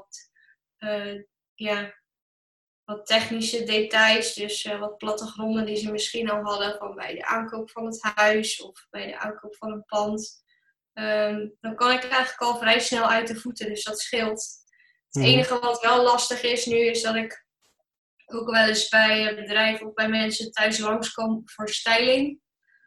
wat technische details, dus wat plattegronden die ze misschien al hadden van bij de aankoop van het huis of bij de aankoop van een pand. Dan kan ik eigenlijk al vrij snel uit de voeten, dus dat scheelt. Het enige wat wel lastig is nu is dat ik ook wel eens bij bedrijven of bij mensen thuis langskomen voor styling.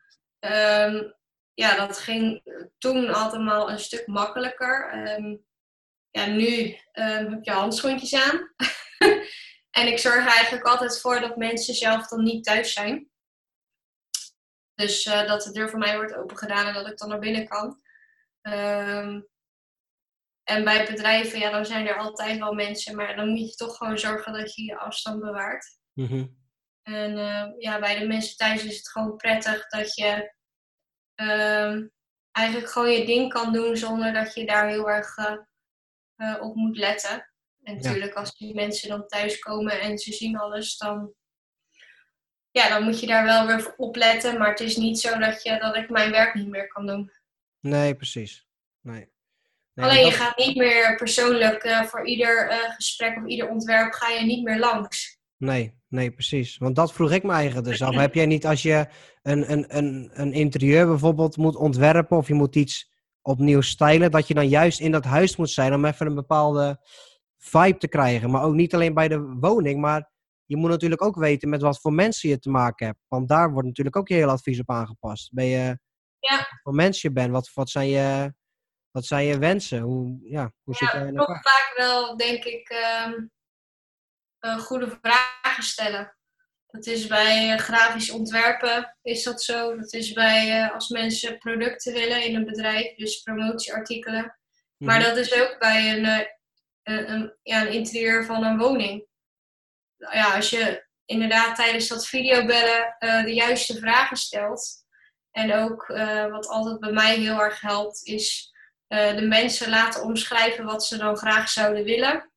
Ja, dat ging toen allemaal een stuk makkelijker. Ja, nu heb je handschoentjes aan. En ik zorg er eigenlijk altijd voor dat mensen zelf dan niet thuis zijn. Dus dat de deur voor mij wordt opengedaan en dat ik dan naar binnen kan. En bij bedrijven, ja, dan zijn er altijd wel mensen. Maar dan moet je toch gewoon zorgen dat je je afstand bewaart. Mm-hmm. En ja, bij de mensen thuis is het gewoon prettig dat je eigenlijk gewoon je ding kan doen zonder dat je daar heel erg op moet letten. En natuurlijk als die mensen dan thuiskomen en ze zien alles, dan moet je daar wel weer op letten. Maar het is niet zo dat ik mijn werk niet meer kan doen. Nee, precies. Nee, alleen je gaat niet meer persoonlijk voor ieder gesprek of ieder ontwerp ga je niet meer langs. Nee, precies. Want dat vroeg ik me eigenlijk dus af. Heb jij niet als je een interieur bijvoorbeeld moet ontwerpen of je moet iets opnieuw stylen, dat je dan juist in dat huis moet zijn om even een bepaalde vibe te krijgen? Maar ook niet alleen bij de woning, maar je moet natuurlijk ook weten met wat voor mensen je te maken hebt. Want daar wordt natuurlijk ook je hele advies op aangepast. Ben je wat voor mens je bent? Wat zijn je wensen? Hoe zit jij in elkaar? Toch vaak wel, denk ik, goede vragen stellen. Dat is bij grafisch ontwerpen, is dat zo. Dat is bij als mensen producten willen in een bedrijf, dus promotieartikelen. Mm-hmm. Maar dat is ook bij een interieur van een woning. Ja, als je inderdaad tijdens dat videobellen de juiste vragen stelt. En ook wat altijd bij mij heel erg helpt, is de mensen laten omschrijven wat ze dan graag zouden willen.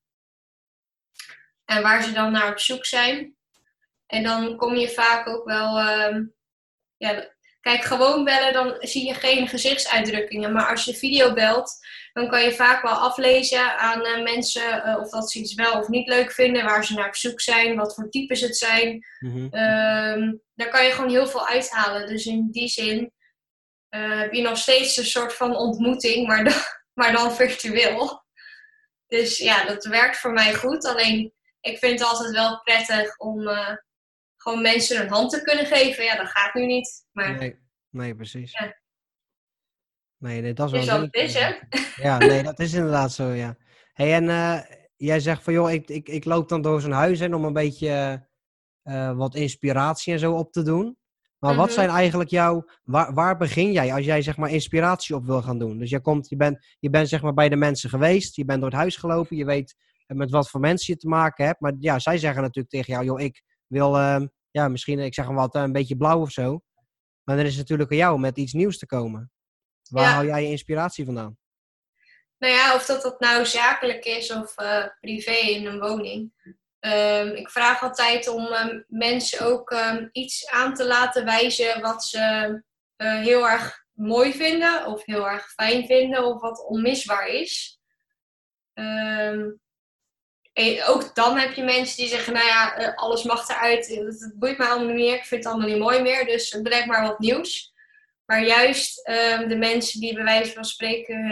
En waar ze dan naar op zoek zijn. En dan kom je vaak ook wel... kijk, gewoon bellen, dan zie je geen gezichtsuitdrukkingen. Maar als je video belt, dan kan je vaak wel aflezen aan mensen of dat ze iets wel of niet leuk vinden. Waar ze naar op zoek zijn, wat voor types het zijn. Mm-hmm. Daar kan je gewoon heel veel uithalen. Dus in die zin heb je nog steeds een soort van ontmoeting, maar dan virtueel. Dus ja, dat werkt voor mij goed. Alleen, ik vind het altijd wel prettig om gewoon mensen een hand te kunnen geven. Ja, dat gaat nu niet. Maar... Nee, precies. Ja. Nee, dat is wel... Dus dat het is, hè? Ja, nee, dat is inderdaad zo, ja. Hey, en jij zegt van, joh, ik loop dan door zo'n huis heen om een beetje wat inspiratie en zo op te doen. Maar wat zijn eigenlijk waar begin jij als jij zeg maar inspiratie op wil gaan doen? Dus je bent zeg maar bij de mensen geweest, je bent door het huis gelopen, je weet met wat voor mensen je te maken hebt. Maar ja, zij zeggen natuurlijk tegen jou, joh, ik wil, misschien, ik zeg maar wat, een beetje blauw of zo. Maar dan is het natuurlijk aan jou met iets nieuws te komen. Waar haal jij je inspiratie vandaan? Nou ja, of dat nou zakelijk is of privé in een woning. Ik vraag altijd om mensen ook iets aan te laten wijzen wat ze heel erg mooi vinden of heel erg fijn vinden of wat onmisbaar is. En ook dan heb je mensen die zeggen, nou ja, alles mag eruit, het boeit mij allemaal niet meer, ik vind het allemaal niet mooi meer, dus bedenk maar wat nieuws. Maar juist de mensen die bij wijze van spreken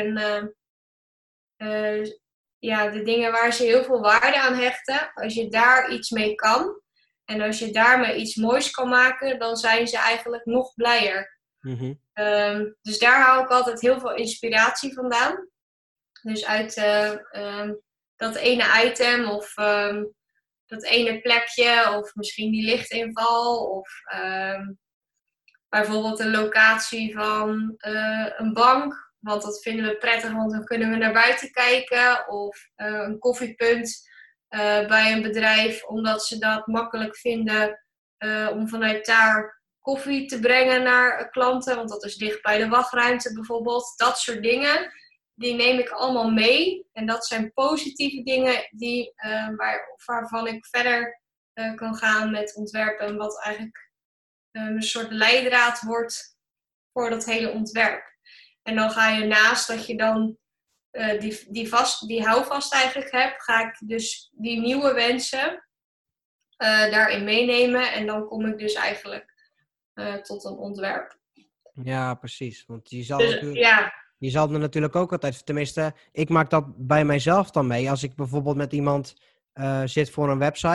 de dingen waar ze heel veel waarde aan hechten, als je daar iets mee kan en als je daarmee iets moois kan maken, dan zijn ze eigenlijk nog blijer. Mm-hmm. Dus daar haal ik altijd heel veel inspiratie vandaan. Dus uit dat ene item of dat ene plekje of misschien die lichtinval of bijvoorbeeld een locatie van een bank. Want dat vinden we prettig, want dan kunnen we naar buiten kijken. Of een koffiepunt bij een bedrijf, omdat ze dat makkelijk vinden om vanuit daar koffie te brengen naar klanten. Want dat is dicht bij de wachtruimte bijvoorbeeld. Dat soort dingen, die neem ik allemaal mee. En dat zijn positieve dingen waarvan ik verder kan gaan met ontwerpen. Wat eigenlijk een soort leidraad wordt voor dat hele ontwerp. En dan ga je naast dat je dan die houvast eigenlijk hebt, ga ik dus die nieuwe wensen daarin meenemen. En dan kom ik dus eigenlijk tot een ontwerp. Ja, precies. Want je zal er natuurlijk ook altijd, tenminste, ik maak dat bij mijzelf dan mee. Als ik bijvoorbeeld met iemand zit voor een website,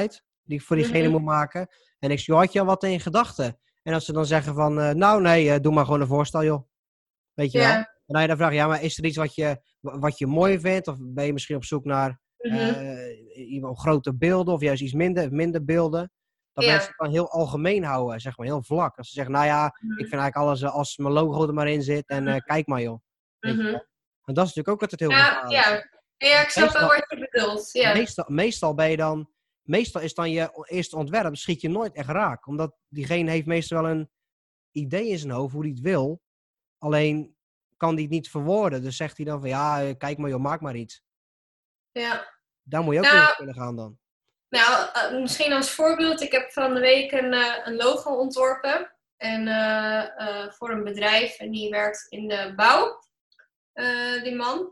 die ik voor diegene moet maken. En ik zeg, joh, had je al wat in gedachten? En als ze dan zeggen van, nou nee, doe maar gewoon een voorstel, joh. Weet je wel? En dan je dan vraagt, ja, maar is er iets wat je mooi vindt? Of ben je misschien op zoek naar grote beelden of juist iets minder beelden? Dat mensen het dan heel algemeen houden, zeg maar, heel vlak. Als ze zeggen, nou ja, ik vind eigenlijk alles als mijn logo er maar in zit en kijk maar, joh. Weet je wel? En dat is natuurlijk ook altijd heel gevaarlijk. Ja, ik snap wel wat je bedoelt. Ja. Meestal is dan je eerste ontwerp, schiet je nooit echt raak. Omdat diegene heeft meestal wel een idee in zijn hoofd hoe hij het wil. Alleen kan hij het niet verwoorden. Dus zegt hij dan van, ja, kijk maar joh, maak maar iets. Ja. Daar moet je ook in kunnen gaan dan. Nou, misschien als voorbeeld. Ik heb van de week een logo ontworpen. En voor een bedrijf. En die werkt in de bouw. Die man.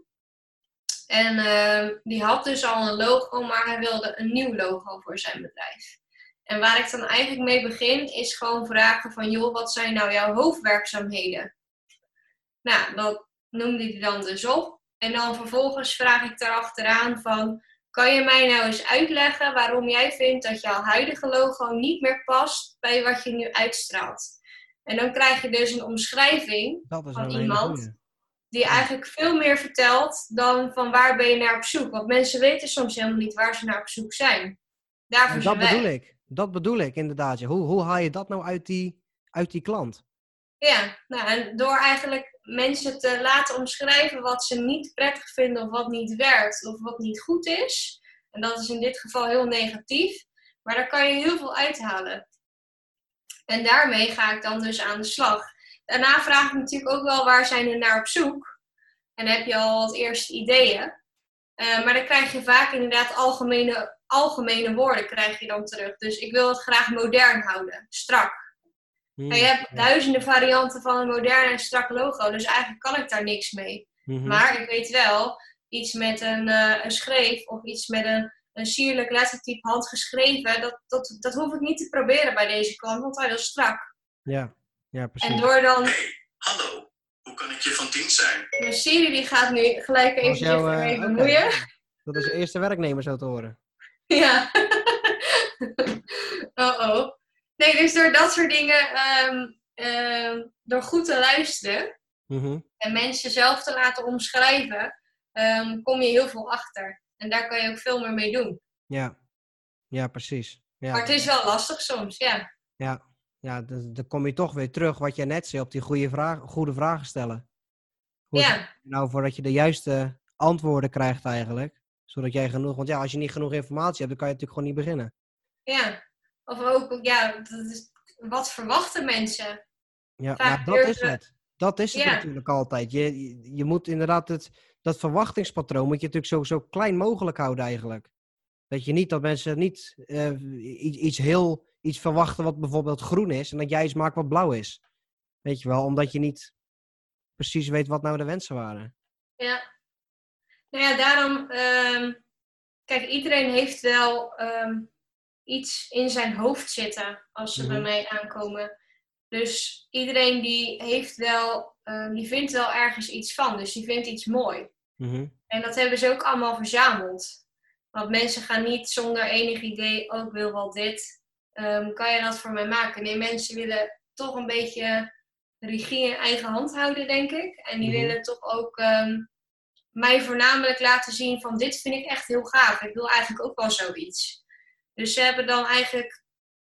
En die had dus al een logo, maar hij wilde een nieuw logo voor zijn bedrijf. En waar ik dan eigenlijk mee begin, is gewoon vragen van, joh, wat zijn nou jouw hoofdwerkzaamheden? Nou, dat noemde hij dan dus op. En dan vervolgens vraag ik daarachteraan van, kan je mij nou eens uitleggen waarom jij vindt dat jouw huidige logo niet meer past bij wat je nu uitstraalt? En dan krijg je dus een omschrijving van iemand die eigenlijk veel meer vertelt dan van waar ben je naar op zoek. Want mensen weten soms helemaal niet waar ze naar op zoek zijn. Daarvoor zijn wij. Dat bedoel ik inderdaad. Ja. Hoe haal je dat nou uit die klant? Ja, nou, en door eigenlijk mensen te laten omschrijven wat ze niet prettig vinden of wat niet werkt of wat niet goed is. En dat is in dit geval heel negatief. Maar daar kan je heel veel uithalen. En daarmee ga ik dan dus aan de slag. Daarna vraag ik natuurlijk ook wel waar zijn er naar op zoek. En heb je al wat eerste ideeën. Maar dan krijg je vaak inderdaad algemene woorden krijg je dan terug. Dus ik wil het graag modern houden, strak. En je hebt duizenden varianten van een modern en strak logo. Dus eigenlijk kan ik daar niks mee. Maar ik weet wel, iets met een schreef of iets met een sierlijk lettertype handgeschreven. Dat hoef ik niet te proberen bij deze klant, want hij wil strak. Ja, precies. En door dan... Hallo, hoe kan ik je van dienst zijn? Mijn Siri die gaat nu gelijk even ermee bemoeien. Dat is je eerste werknemer zo te horen. Ja. Oh. Nee, dus door dat soort dingen, door goed te luisteren en mensen zelf te laten omschrijven, kom je heel veel achter. En daar kan je ook veel meer mee doen. Ja, precies. Ja. Maar het is wel lastig soms, ja. Ja, dan kom je toch weer terug wat je net zei op die goede vragen stellen. Nou, voordat je de juiste antwoorden krijgt eigenlijk. Zodat jij genoeg... Want ja, als je niet genoeg informatie hebt, dan kan je natuurlijk gewoon niet beginnen. Ja, of ook, wat verwachten mensen? Ja, dat is het. Dat is het natuurlijk altijd. Je moet inderdaad dat verwachtingspatroon moet je natuurlijk zo klein mogelijk houden eigenlijk. Dat je niet dat mensen niet iets verwachten wat bijvoorbeeld groen is en dat jij iets maakt wat blauw is. Weet je wel, omdat je niet precies weet wat nou de wensen waren. Ja. Nou ja, daarom... kijk, iedereen heeft wel iets in zijn hoofd zitten als ze bij mij aankomen. Dus iedereen die vindt wel ergens iets van. Dus die vindt iets mooi. En dat hebben ze ook allemaal verzameld. Want mensen gaan niet zonder enig idee, ik wil wel dit. Kan je dat voor mij maken? Nee, mensen willen toch een beetje regie in eigen hand houden, denk ik. En die willen toch ook mij voornamelijk laten zien van dit vind ik echt heel gaaf. Ik wil eigenlijk ook wel zoiets. Dus ze hebben dan eigenlijk...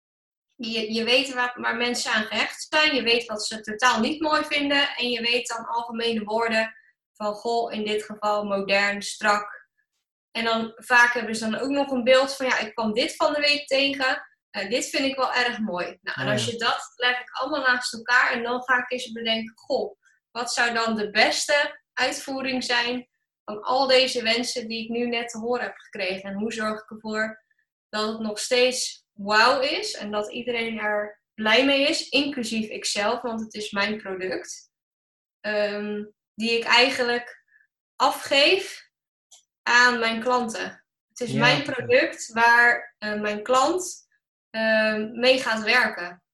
Je weet waar mensen aan gehecht zijn. Je weet wat ze totaal niet mooi vinden. En je weet dan algemene woorden van goh, in dit geval modern, strak. En dan vaak hebben ze dan ook nog een beeld van ik kwam dit van de week tegen. Dit vind ik wel erg mooi. Nou, en als je dat leg ik allemaal naast elkaar. En dan ga ik eens bedenken, goh, wat zou dan de beste uitvoering zijn van al deze wensen die ik nu net te horen heb gekregen. En hoe zorg ik ervoor dat het nog steeds wauw is. En dat iedereen er blij mee is. Inclusief ikzelf, want het is mijn product. Die ik eigenlijk afgeef aan mijn klanten. Het is mijn product waar mijn klant mee gaat werken.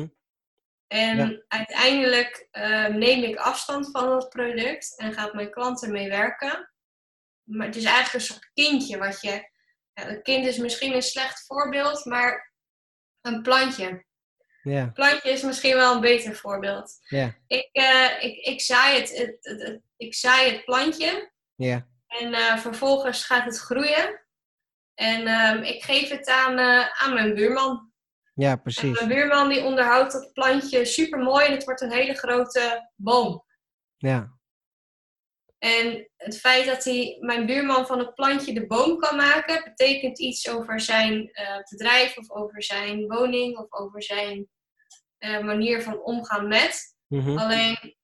En uiteindelijk neem ik afstand van dat product en gaat mijn klant ermee werken. Maar het is eigenlijk een soort kindje wat je een kind is misschien een slecht voorbeeld, maar een plantje. Ja. Een plantje is misschien wel een beter voorbeeld. Ja. Ik zaai het plantje. Ja. En vervolgens gaat het groeien. En ik geef het aan mijn buurman. Ja, precies. En mijn buurman die onderhoudt dat plantje super mooi en het wordt een hele grote boom. Ja. En het feit dat mijn buurman van het plantje de boom kan maken, betekent iets over zijn bedrijf of over zijn woning of over zijn manier van omgaan met. Mm-hmm. Alleen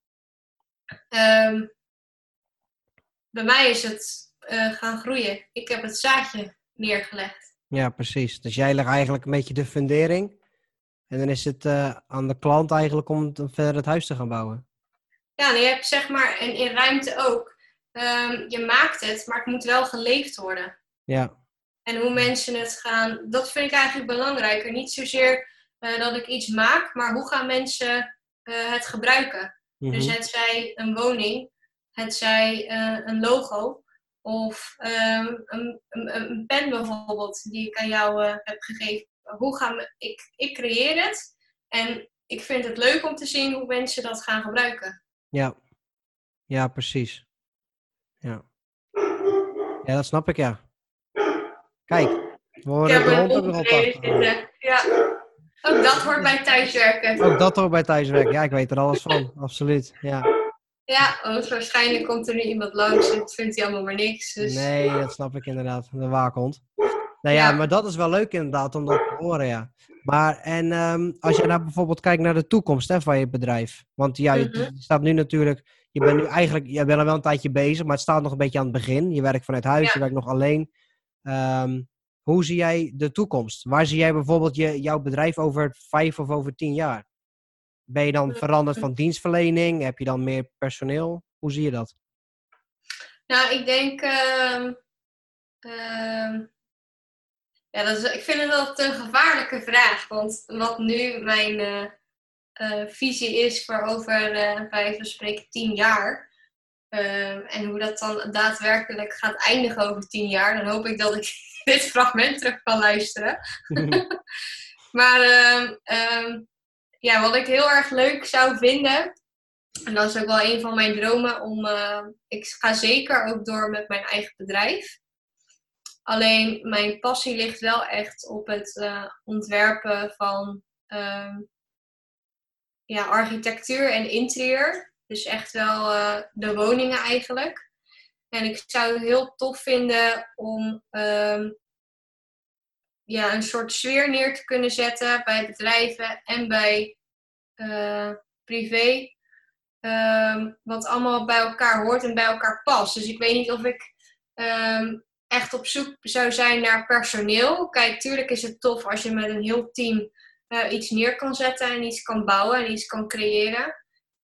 bij mij is het gaan groeien. Ik heb het zaadje neergelegd. Ja, precies. Dus jij legt eigenlijk een beetje de fundering. En dan is het aan de klant eigenlijk om verder het huis te gaan bouwen. Ja, en je hebt zeg maar, en in ruimte ook, je maakt het, maar het moet wel geleefd worden. Ja. En hoe mensen het gaan, dat vind ik eigenlijk belangrijker. Niet zozeer dat ik iets maak, maar hoe gaan mensen het gebruiken? Mm-hmm. Dus het zij een woning, het zij een logo of een pen bijvoorbeeld die ik aan jou heb gegeven. Ik creëer het en ik vind het leuk om te zien hoe mensen dat gaan gebruiken. Ja. Ja, precies. Ja. Ja, dat snap ik, ja. Kijk, we horen de hond ook nog op zitten. Ja. Ook dat hoort bij thuiswerken. Ook dat hoort bij thuiswerken. Ja, ik weet er alles van. Absoluut. Ja. Ja, waarschijnlijk komt er nu iemand langs en dat vindt hij allemaal maar niks. Dus... Nee, dat snap ik inderdaad. De waakhond. Nou ja, maar dat is wel leuk inderdaad om dat te horen, ja. Maar en als je nou bijvoorbeeld kijkt naar de toekomst van je bedrijf. Want ja, je staat nu natuurlijk, je bent er wel een tijdje bezig, maar het staat nog een beetje aan het begin. Je werkt vanuit huis, je werkt nog alleen. Hoe zie jij de toekomst? Waar zie jij bijvoorbeeld jouw bedrijf over 5 of over 10 jaar? Ben je dan veranderd van dienstverlening? Heb je dan meer personeel? Hoe zie je dat? Nou, ik denk... ik vind het altijd een gevaarlijke vraag. Want wat nu mijn visie is voor over, bij even spreken, 10 jaar. En hoe dat dan daadwerkelijk gaat eindigen over 10 jaar. Dan hoop ik dat ik dit fragment terug kan luisteren. Maar wat ik heel erg leuk zou vinden. En dat is ook wel een van mijn dromen. Ik ga zeker ook door met mijn eigen bedrijf. Alleen mijn passie ligt wel echt op het ontwerpen van architectuur en interieur. Dus echt wel de woningen eigenlijk. En ik zou het heel tof vinden om een soort sfeer neer te kunnen zetten bij bedrijven en bij privé. Wat allemaal bij elkaar hoort en bij elkaar past. Dus ik weet niet of ik echt op zoek zou zijn naar personeel. Kijk, tuurlijk is het tof als je met een heel team iets neer kan zetten en iets kan bouwen en iets kan creëren.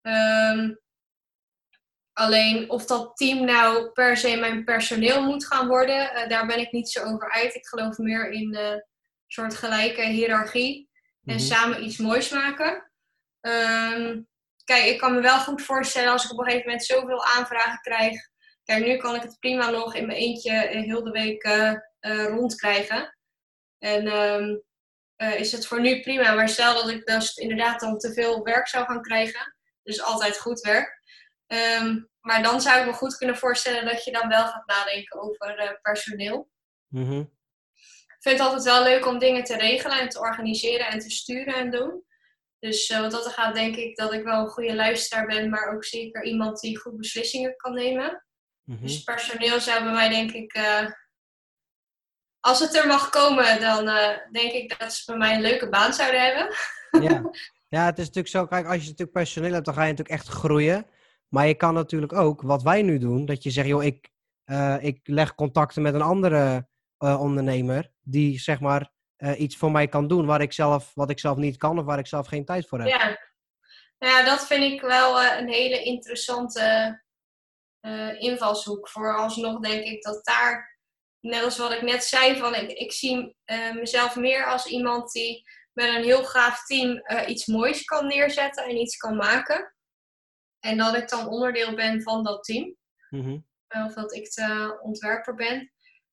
Alleen of dat team nou per se mijn personeel moet gaan worden, daar ben ik niet zo over uit. Ik geloof meer in een soort gelijke hiërarchie en samen iets moois maken. Kijk, ik kan me wel goed voorstellen als ik op een gegeven moment zoveel aanvragen krijg. Kijk, nu kan ik het prima nog in mijn eentje heel de week rondkrijgen. En is het voor nu prima. Maar stel dat ik dus inderdaad dan te veel werk zou gaan krijgen. Dus altijd goed werk. Maar dan zou ik me goed kunnen voorstellen dat je dan wel gaat nadenken over personeel. Ik vind het altijd wel leuk om dingen te regelen en te organiseren en te sturen en doen. Dus wat dat er gaat, denk ik dat ik wel een goede luisteraar ben, maar ook zeker iemand die goed beslissingen kan nemen. Dus personeel zou bij mij, denk ik, als het er mag komen, dan denk ik dat ze bij mij een leuke baan zouden hebben. Ja, het is natuurlijk zo, kijk, als je natuurlijk personeel hebt, dan ga je natuurlijk echt groeien. Maar je kan natuurlijk ook, wat wij nu doen, dat je zegt, joh, ik leg contacten met een andere ondernemer die, zeg maar, iets voor mij kan doen wat ik zelf niet kan of waar ik zelf geen tijd voor heb. Ja, dat vind ik wel een hele interessante invalshoek. Vooralsnog denk ik dat daar, net als wat ik net zei, van ik zie mezelf meer als iemand die met een heel gaaf team iets moois kan neerzetten en iets kan maken. En dat ik dan onderdeel ben van dat team. Of dat ik de ontwerper ben.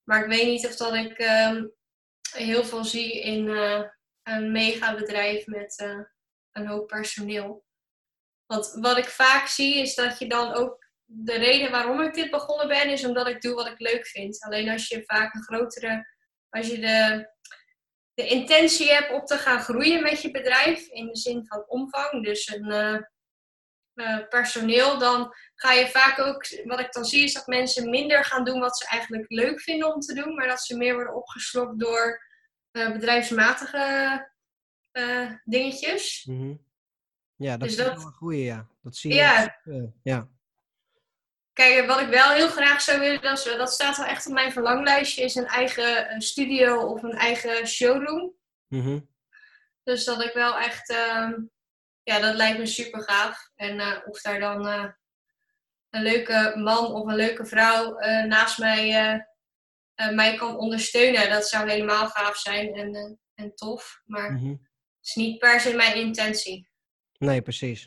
Maar ik weet niet of dat ik heel veel zie in een megabedrijf met een hoop personeel. Want wat ik vaak zie is dat je dan ook... De reden waarom ik dit begonnen ben is omdat ik doe wat ik leuk vind. Alleen als je vaak als je de intentie hebt om te gaan groeien met je bedrijf, in de zin van omvang, dus een personeel, dan ga je vaak ook, wat ik dan zie is dat mensen minder gaan doen wat ze eigenlijk leuk vinden om te doen, maar dat ze meer worden opgeslokt door bedrijfsmatige dingetjes. Mm-hmm. Ja, dat Dus is wel een goeie, ja. Dat zie je. Ja. Ja. Kijk, wat ik wel heel graag zou willen, dat staat wel echt op mijn verlanglijstje, is een eigen studio of een eigen showroom. Mm-hmm. Dus dat ik wel echt, dat lijkt me super gaaf. En of daar dan een leuke man of een leuke vrouw naast mij kan ondersteunen, dat zou helemaal gaaf zijn en tof. Maar het is niet per se mijn intentie. Nee, precies.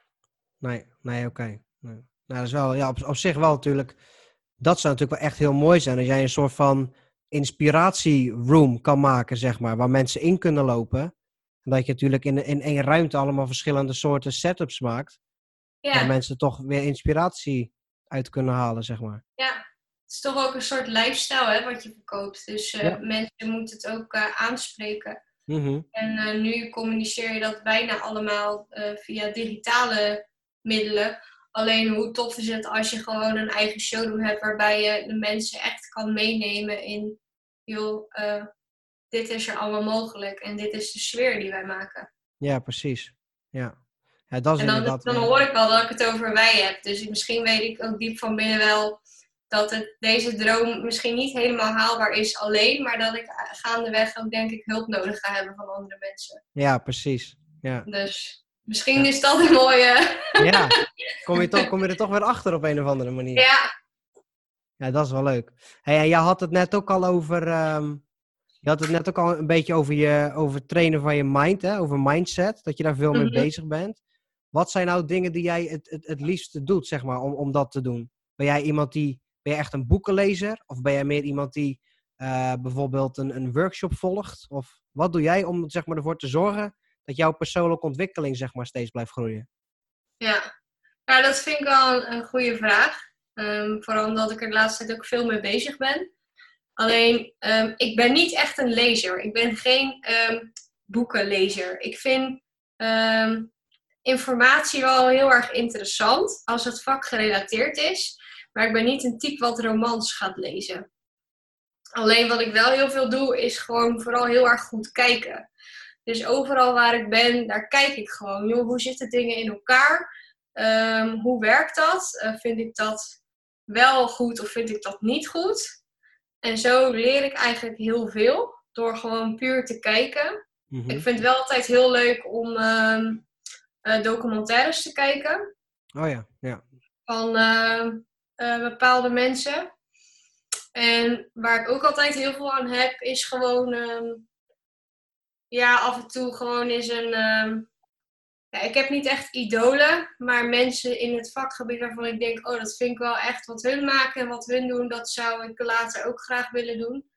Nee, oké. Nee. Nou, dat is wel, ja, op zich wel natuurlijk. Dat zou natuurlijk wel echt heel mooi zijn. Als jij een soort van inspiratieroom kan maken, zeg maar. Waar mensen in kunnen lopen. En dat je natuurlijk in één ruimte allemaal verschillende soorten setups maakt. Ja. Waar mensen toch weer inspiratie uit kunnen halen, zeg maar. Ja, het is toch ook een soort lifestyle hè, wat je verkoopt. Dus mensen moeten het ook aanspreken. Mm-hmm. En nu communiceer je dat bijna allemaal via digitale middelen. Alleen hoe tof is het als je gewoon een eigen showroom hebt waarbij je de mensen echt kan meenemen in, joh, dit is er allemaal mogelijk en dit is de sfeer die wij maken. Ja, precies. Ja, dat is en dan, inderdaad... dan hoor ik wel dat ik het over wij heb. Dus misschien weet ik ook diep van binnen wel dat deze droom misschien niet helemaal haalbaar is alleen, maar dat ik gaandeweg ook denk ik hulp nodig ga hebben van andere mensen. Ja, precies. Ja. Dus misschien is dat een mooie... Ja, kom je er toch weer achter op een of andere manier. Ja. Ja, dat is wel leuk. Hey, en jij had het net ook al over... je had het net ook al een beetje over het trainen van je mind, hè? Over mindset, dat je daar veel mee bezig bent. Wat zijn nou dingen die jij het liefste doet, zeg maar, om dat te doen? Ben jij echt een boekenlezer? Of ben jij meer iemand die bijvoorbeeld een workshop volgt? Of wat doe jij om, zeg maar, ervoor te zorgen dat jouw persoonlijke ontwikkeling, zeg maar, steeds blijft groeien? Ja, nou, dat vind ik wel een goede vraag. Vooral omdat ik er de laatste tijd ook veel mee bezig ben. Alleen, ik ben niet echt een lezer. Ik ben geen boekenlezer. Ik vind informatie wel heel erg interessant als het vak gerelateerd is. Maar ik ben niet een type wat romans gaat lezen. Alleen wat ik wel heel veel doe, is gewoon vooral heel erg goed kijken. Dus overal waar ik ben, daar kijk ik gewoon. Joh, hoe zitten dingen in elkaar? Hoe werkt dat? Vind ik dat wel goed of vind ik dat niet goed? En zo leer ik eigenlijk heel veel. Door gewoon puur te kijken. Mm-hmm. Ik vind het wel altijd heel leuk om documentaires te kijken. Oh ja, ja. Van bepaalde mensen. En waar ik ook altijd heel veel aan heb, is gewoon... af en toe gewoon is een... ik heb niet echt idolen, maar mensen in het vakgebied waarvan ik denk, dat vind ik wel echt wat hun maken en wat hun doen, dat zou ik later ook graag willen doen.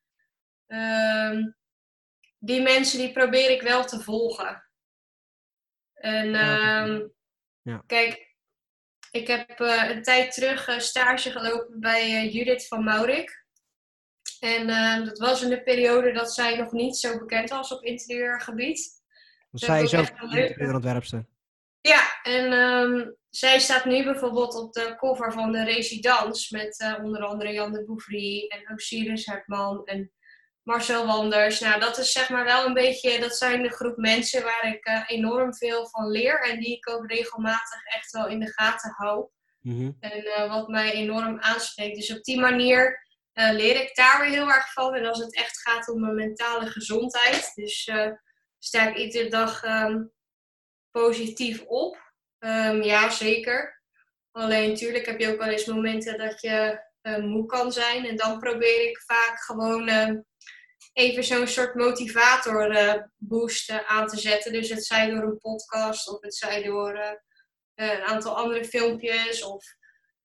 Die mensen die probeer ik wel te volgen. En kijk, ik heb een tijd terug stage gelopen bij Judith van Maurik. En dat was in de periode dat zij nog niet zo bekend was op interieurgebied. Zij is ook interieurontwerpster. Ja, en zij staat nu bijvoorbeeld op de cover van de Residence met onder andere Jan de Bouvry en Osiris Hertman en Marcel Wanders. Nou, dat is zeg maar wel een beetje, dat zijn de groep mensen waar ik enorm veel van leer en die ik ook regelmatig echt wel in de gaten hou. Mm-hmm. En wat mij enorm aanspreekt. Dus op die manier leer ik daar weer heel erg van. En als het echt gaat om mijn mentale gezondheid, dus sta ik iedere dag positief op. Ja, zeker. Alleen natuurlijk heb je ook wel eens momenten dat je moe kan zijn. En dan probeer ik vaak gewoon even zo'n soort motivator boost aan te zetten. Dus het zij door een podcast of het zij door een aantal andere filmpjes. Of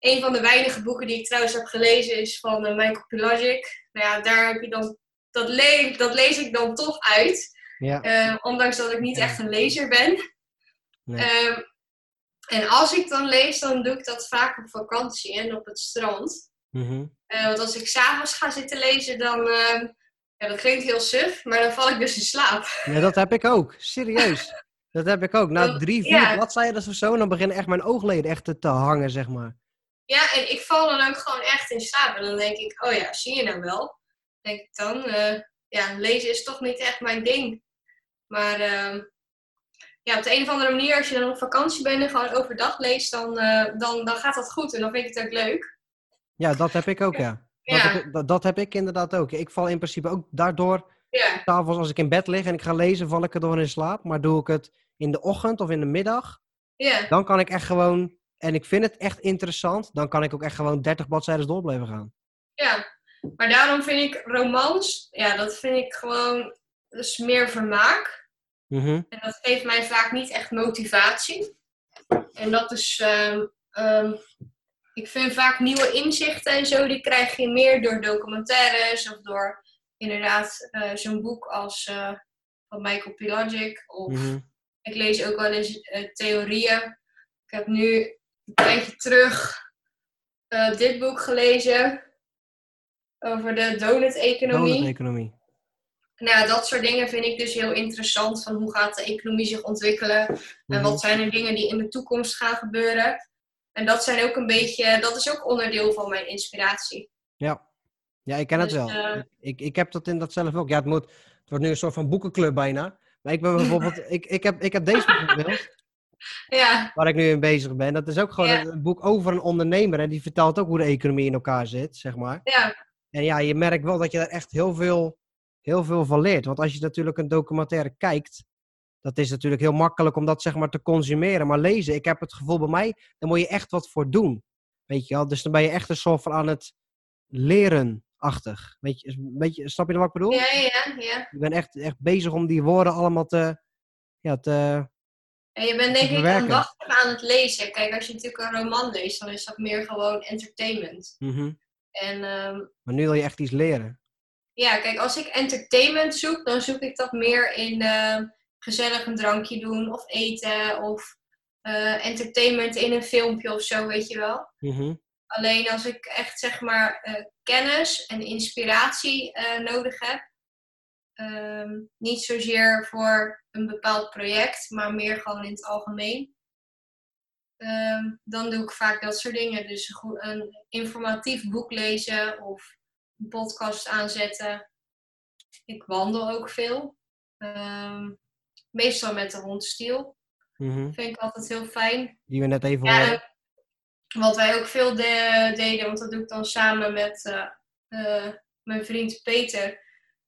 een van de weinige boeken die ik trouwens heb gelezen is van Michael Pilagic. Nou ja, daar heb je dan, dat lees ik dan toch uit. Ja. Ondanks dat ik niet echt een lezer ben. Nee. En als ik dan lees, dan doe ik dat vaak op vakantie en op het strand. Want als ik 's avonds ga zitten lezen, dan... dat klinkt heel suf, maar dan val ik dus in slaap. Ja, dat heb ik ook. Serieus. Dat heb ik ook. Na 3-4 bladzijden of zo, dan beginnen echt mijn oogleden echt te hangen, zeg maar. Ja, en ik val dan ook gewoon echt in slaap. En dan denk ik, oh ja, zie je nou wel? Denk ik dan, lezen is toch niet echt mijn ding. Maar op de een of andere manier, als je dan op vakantie bent en gewoon overdag leest, dan gaat dat goed. En dan vind ik het ook leuk. Ja, dat heb ik ook, ja. Dat heb ik inderdaad ook. Ik val in principe ook daardoor, 's avonds als ik in bed lig en ik ga lezen, val ik erdoor in slaap. Maar doe ik het in de ochtend of in de middag, dan kan ik echt gewoon, en ik vind het echt interessant, dan kan ik ook echt gewoon 30 bladzijden door blijven gaan. Ja, maar daarom vind ik romans, dat vind ik gewoon, dus meer vermaak. En dat geeft mij vaak niet echt motivatie. En dat is... ik vind vaak nieuwe inzichten en zo, die krijg je meer door documentaires of door inderdaad zo'n boek als van Michael Pilagic. Of ik lees ook wel eens theorieën. Ik heb nu een tijdje terug dit boek gelezen over de donut-economie. Donut-economie. Nou, dat soort dingen vind ik dus heel interessant. Van hoe gaat de economie zich ontwikkelen? En wat zijn er dingen die in de toekomst gaan gebeuren? En dat zijn ook een beetje, dat is ook onderdeel van mijn inspiratie. Ja, ik ken het wel. Ik heb dat in dat zelf ook. Ja, het wordt nu een soort van boekenclub bijna. Maar ik ben bijvoorbeeld, ik heb deze bijvoorbeeld, waar ik nu in bezig ben. Dat is ook gewoon een boek over een ondernemer. En die vertelt ook hoe de economie in elkaar zit, zeg maar. Ja. En ja, je merkt wel dat je daar echt heel veel van leert. Want als je natuurlijk een documentaire kijkt, dat is natuurlijk heel makkelijk om dat zeg maar te consumeren. Maar lezen, ik heb het gevoel bij mij, daar moet je echt wat voor doen. Weet je wel? Dus dan ben je echt een soort van aan het leren-achtig. Weet je, snap je wat ik bedoel? Ja. Je bent echt bezig om die woorden allemaal te... En je bent denk ik aandachtig aan het lezen. Kijk, als je natuurlijk een roman leest, dan is dat meer gewoon entertainment. Maar nu wil je echt iets leren. Ja, kijk, als ik entertainment zoek, dan zoek ik dat meer in gezellig een drankje doen of eten of entertainment in een filmpje of zo, weet je wel. Alleen als ik echt zeg maar kennis en inspiratie nodig heb, niet zozeer voor een bepaald project, maar meer gewoon in het algemeen, dan doe ik vaak dat soort dingen. Dus een informatief boek lezen of een podcast aanzetten. Ik wandel ook veel. Meestal met de hond Stiel. Vind ik altijd heel fijn. Die we net even hoorden. Wat wij ook veel deden, want dat doe ik dan samen met mijn vriend Peter.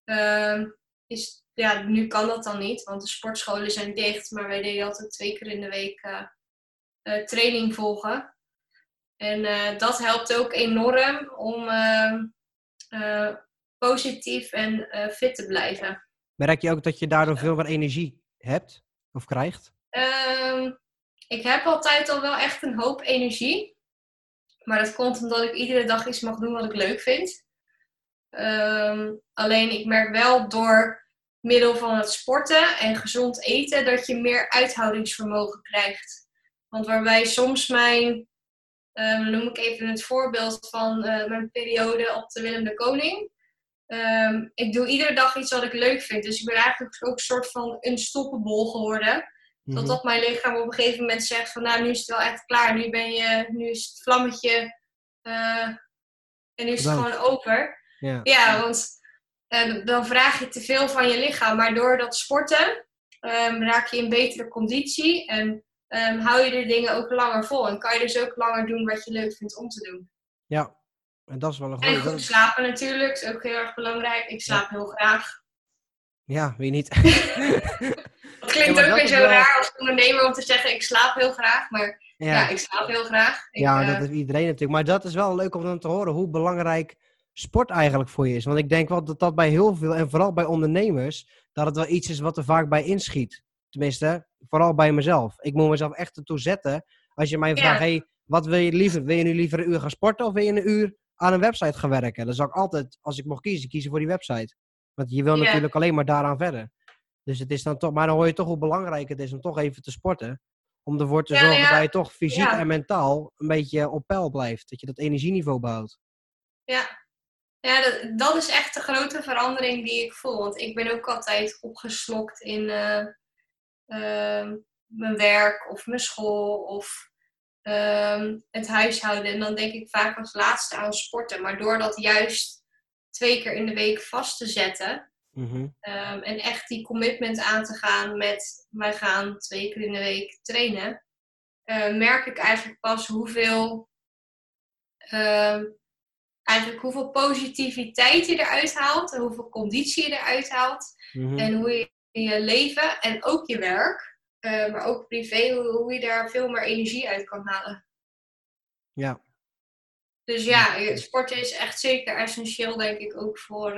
Nu kan dat dan niet, want de sportscholen zijn dicht. Maar wij deden altijd 2 keer in de week training volgen. En dat helpt ook enorm om positief en fit te blijven. Merk je ook dat je daardoor veel meer energie hebt of krijgt? Ik heb altijd al wel echt een hoop energie. Maar dat komt omdat ik iedere dag iets mag doen wat ik leuk vind. Alleen ik merk wel door middel van het sporten en gezond eten dat je meer uithoudingsvermogen krijgt. Want waarbij soms noem ik even het voorbeeld van mijn periode op de Willem de Koning. Ik doe iedere dag iets wat ik leuk vind. Dus ik ben eigenlijk ook een soort van unstoppable geworden. Totdat mijn lichaam op een gegeven moment zegt van nou, nu is het wel echt klaar. Nu is het vlammetje en nu is het gewoon over. Ja, want dan vraag je te veel van je lichaam. Maar door dat sporten raak je in betere conditie. En hou je de dingen ook langer vol. En kan je dus ook langer doen wat je leuk vindt om te doen. Ja, en dat is wel een goede. En goed slapen natuurlijk, is ook heel erg belangrijk. Ik slaap heel graag. Ja, wie niet. Dat klinkt ook weer zo raar als ondernemer om te zeggen ik slaap heel graag. Maar ik slaap heel graag. Dat heeft iedereen natuurlijk. Maar dat is wel leuk om dan te horen hoe belangrijk sport eigenlijk voor je is. Want ik denk wel dat bij heel veel, en vooral bij ondernemers, dat het wel iets is wat er vaak bij inschiet. Tenminste, vooral bij mezelf. Ik moet mezelf echt ertoe zetten. Als je mij vraagt, hey, wat wil je liever? Wil je nu liever een uur gaan sporten of wil je een uur aan een website gaan werken? Dan zou ik altijd, als ik mocht kiezen voor die website. Want je wil natuurlijk alleen maar daaraan verder. Dus het is dan toch, maar dan hoor je toch hoe belangrijk het is om toch even te sporten. Om ervoor te zorgen dat je toch fysiek en mentaal een beetje op peil blijft. Dat je dat energieniveau behoudt. Ja, dat is echt de grote verandering die ik voel. Want ik ben ook altijd opgeslokt in mijn werk of mijn school of het huishouden. En dan denk ik vaak als laatste aan sporten. Maar door dat juist 2 keer in de week vast te zetten... en echt die commitment aan te gaan met... wij gaan 2 keer in de week trainen... merk ik eigenlijk pas hoeveel positiviteit je eruit haalt. En hoeveel conditie je eruit haalt. En hoe je je leven en ook je werk... maar ook privé, hoe je daar veel meer energie uit kan halen. Ja. Dus sporten is echt zeker essentieel, denk ik, ook voor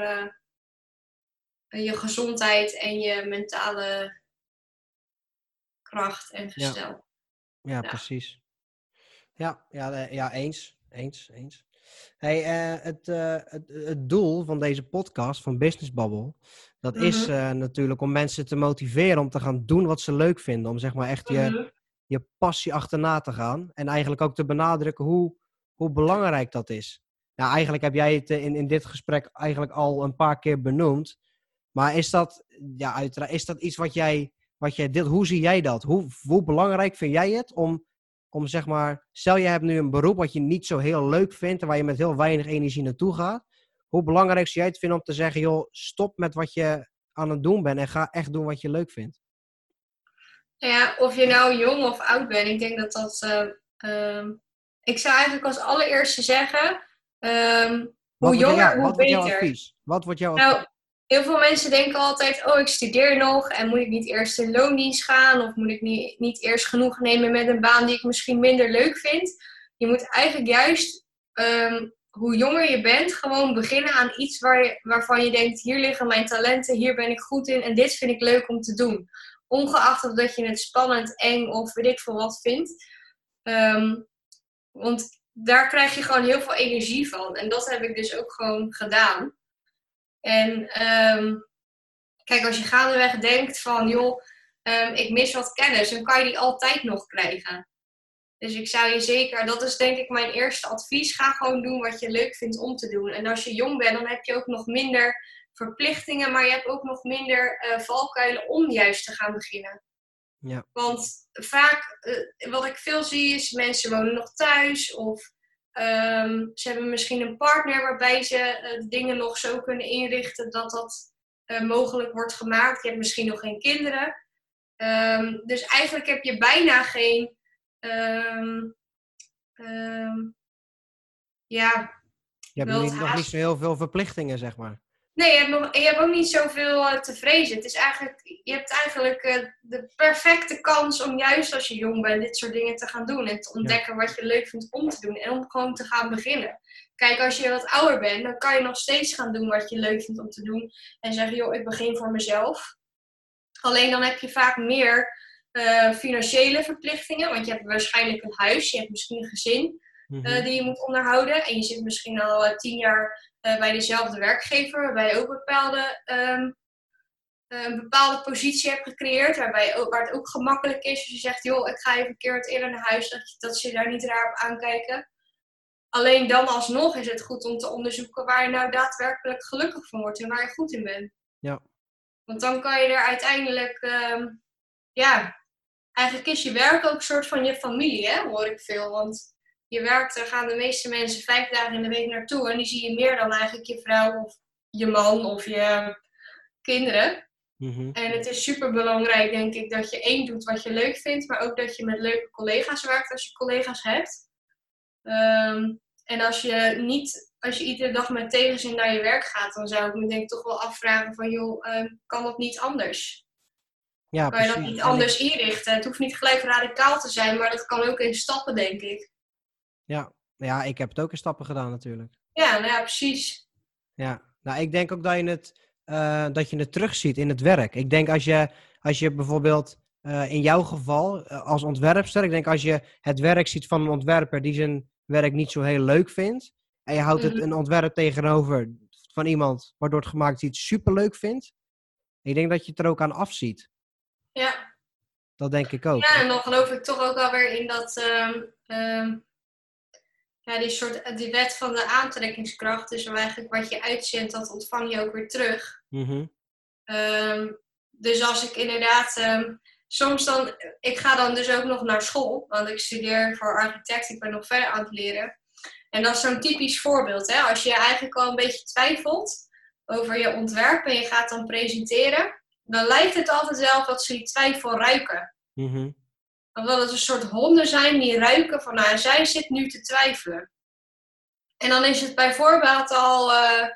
je gezondheid en je mentale kracht en gestel. Ja, precies. Ja, eens. Hey, het doel van deze podcast, van Business Bubble, dat is natuurlijk om mensen te motiveren om te gaan doen wat ze leuk vinden. Om zeg maar echt je passie achterna te gaan. En eigenlijk ook te benadrukken hoe belangrijk dat is. Nou, eigenlijk heb jij het in dit gesprek eigenlijk al een paar keer benoemd. Maar is dat, uiteraard, is dat iets wat jij hoe zie jij dat? Hoe belangrijk vind jij het om zeg maar, stel je hebt nu een beroep wat je niet zo heel leuk vindt en waar je met heel weinig energie naartoe gaat. Hoe belangrijk zou jij het vinden om te zeggen, joh, stop met wat je aan het doen bent en ga echt doen wat je leuk vindt? Ja, of je nou jong of oud bent, ik denk dat ik zou eigenlijk als allereerste zeggen, hoe jonger, hoe beter. Wat wordt jouw advies? Nou, heel veel mensen denken altijd, ik studeer nog en moet ik niet eerst in loondienst gaan? Of moet ik niet eerst genoeg nemen met een baan die ik misschien minder leuk vind? Je moet eigenlijk juist, hoe jonger je bent, gewoon beginnen aan iets waarvan je denkt, hier liggen mijn talenten, hier ben ik goed in en dit vind ik leuk om te doen. Ongeacht of dat je het spannend, eng of weet ik veel wat vindt. Want daar krijg je gewoon heel veel energie van. En dat heb ik dus ook gewoon gedaan. En kijk, als je gaandeweg denkt van, joh, ik mis wat kennis, dan kan je die altijd nog krijgen. Dus ik zou je zeker, dat is denk ik mijn eerste advies, ga gewoon doen wat je leuk vindt om te doen. En als je jong bent, dan heb je ook nog minder verplichtingen, maar je hebt ook nog minder valkuilen om juist te gaan beginnen. Ja. Want vaak, wat ik veel zie, is mensen wonen nog thuis of ze hebben misschien een partner waarbij ze dingen nog zo kunnen inrichten dat dat mogelijk wordt gemaakt. Je hebt misschien nog geen kinderen. Dus eigenlijk heb je bijna geen... je hebt nog niet zo heel veel verplichtingen, zeg maar. Nee, je hebt ook niet zoveel te vrezen. Het is eigenlijk, je hebt eigenlijk de perfecte kans om juist als je jong bent dit soort dingen te gaan doen. En te ontdekken wat je leuk vindt om te doen. En om gewoon te gaan beginnen. Kijk, als je wat ouder bent, dan kan je nog steeds gaan doen wat je leuk vindt om te doen. En zeggen, joh, ik begin voor mezelf. Alleen dan heb je vaak meer financiële verplichtingen. Want je hebt waarschijnlijk een huis, je hebt misschien een gezin die je moet onderhouden. En je zit misschien al 10 jaar... bij dezelfde werkgever, waarbij je ook een bepaalde positie hebt gecreëerd, waar het ook gemakkelijk is. Dus je zegt, joh, ik ga even een keer wat eerder naar huis, dat ze daar niet raar op aankijken. Alleen dan alsnog is het goed om te onderzoeken waar je nou daadwerkelijk gelukkig van wordt en waar je goed in bent. Ja. Want dan kan je er uiteindelijk, eigenlijk is je werk ook een soort van je familie, hè, hoor ik veel. Want je werkt, daar gaan de meeste mensen 5 dagen in de week naartoe. En die zie je meer dan eigenlijk je vrouw of je man of je kinderen. En het is super belangrijk, denk ik, dat je doet wat je leuk vindt. Maar ook dat je met leuke collega's werkt als je collega's hebt. En als je iedere dag met tegenzin naar je werk gaat, dan zou ik me denk ik toch wel afvragen van, joh, kan dat niet anders? Ja, kan je dat niet anders inrichten? Het hoeft niet gelijk radicaal te zijn, maar dat kan ook in stappen, denk ik. Ja, ik heb het ook in stappen gedaan natuurlijk. Ja, precies. Ja, nou ik denk ook dat je het terugziet in het werk. Ik denk als je bijvoorbeeld in jouw geval als ontwerpster? Ik denk als je het werk ziet van een ontwerper die zijn werk niet zo heel leuk vindt. En je houdt het een ontwerp tegenover van iemand waardoor het gemaakt iets superleuk vindt. Ik denk dat je het er ook aan afziet. Ja. Dat denk ik ook. Ja, en dan geloof ik toch ook alweer in dat die wet van de aantrekkingskracht. Dus eigenlijk wat je uitzendt, dat ontvang je ook weer terug. Mm-hmm. Dus als ik inderdaad soms dan, ik ga dan dus ook nog naar school, want ik studeer voor architect, ik ben nog verder aan het leren. En dat is zo'n typisch voorbeeld, hè? Als je eigenlijk al een beetje twijfelt over je ontwerp en je gaat dan presenteren, dan lijkt het altijd wel dat ze die twijfel ruiken. Mm-hmm. Omdat het een soort honden zijn die ruiken van, nou, zij zit nu te twijfelen. En dan is het bijvoorbeeld al,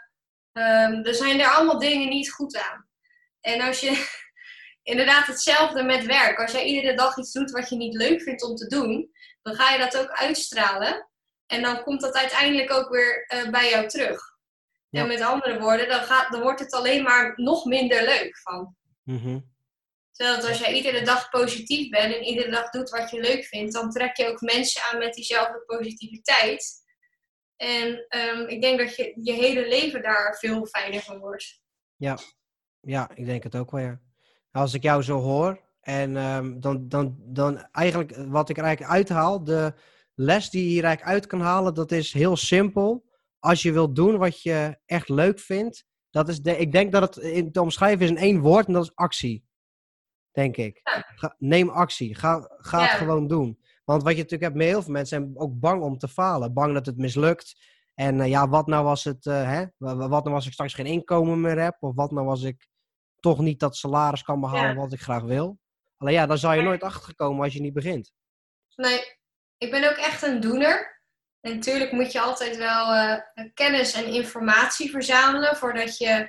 er zijn er allemaal dingen niet goed aan. En als je, inderdaad hetzelfde met werk. Als jij iedere dag iets doet wat je niet leuk vindt om te doen, dan ga je dat ook uitstralen. En dan komt dat uiteindelijk ook weer bij jou terug. Ja. En met andere woorden, dan wordt het alleen maar nog minder leuk van. Mm-hmm. Terwijl als jij iedere dag positief bent en iedere dag doet wat je leuk vindt, dan trek je ook mensen aan met diezelfde positiviteit. En ik denk dat je hele leven daar veel fijner van wordt. Ja, ik denk het ook wel, ja. Als ik jou zo hoor, en dan eigenlijk wat ik er eigenlijk uithaal, de les die je hier eigenlijk uit kan halen, dat is heel simpel. Als je wilt doen wat je echt leuk vindt, ik denk dat het te omschrijven is in 1 woord en dat is actie. Denk ik. Ja. Neem actie. Ga het gewoon doen. Want wat je natuurlijk hebt met heel veel mensen zijn ook bang om te falen. Bang dat het mislukt. En wat nou als het, wat nou als ik straks geen inkomen meer heb? Of wat nou als ik toch niet dat salaris kan behalen wat ik graag wil? Alleen ja, dan zou je nooit achtergekomen als je niet begint. Nee, ik ben ook echt een doener. En natuurlijk moet je altijd wel kennis en informatie verzamelen voordat je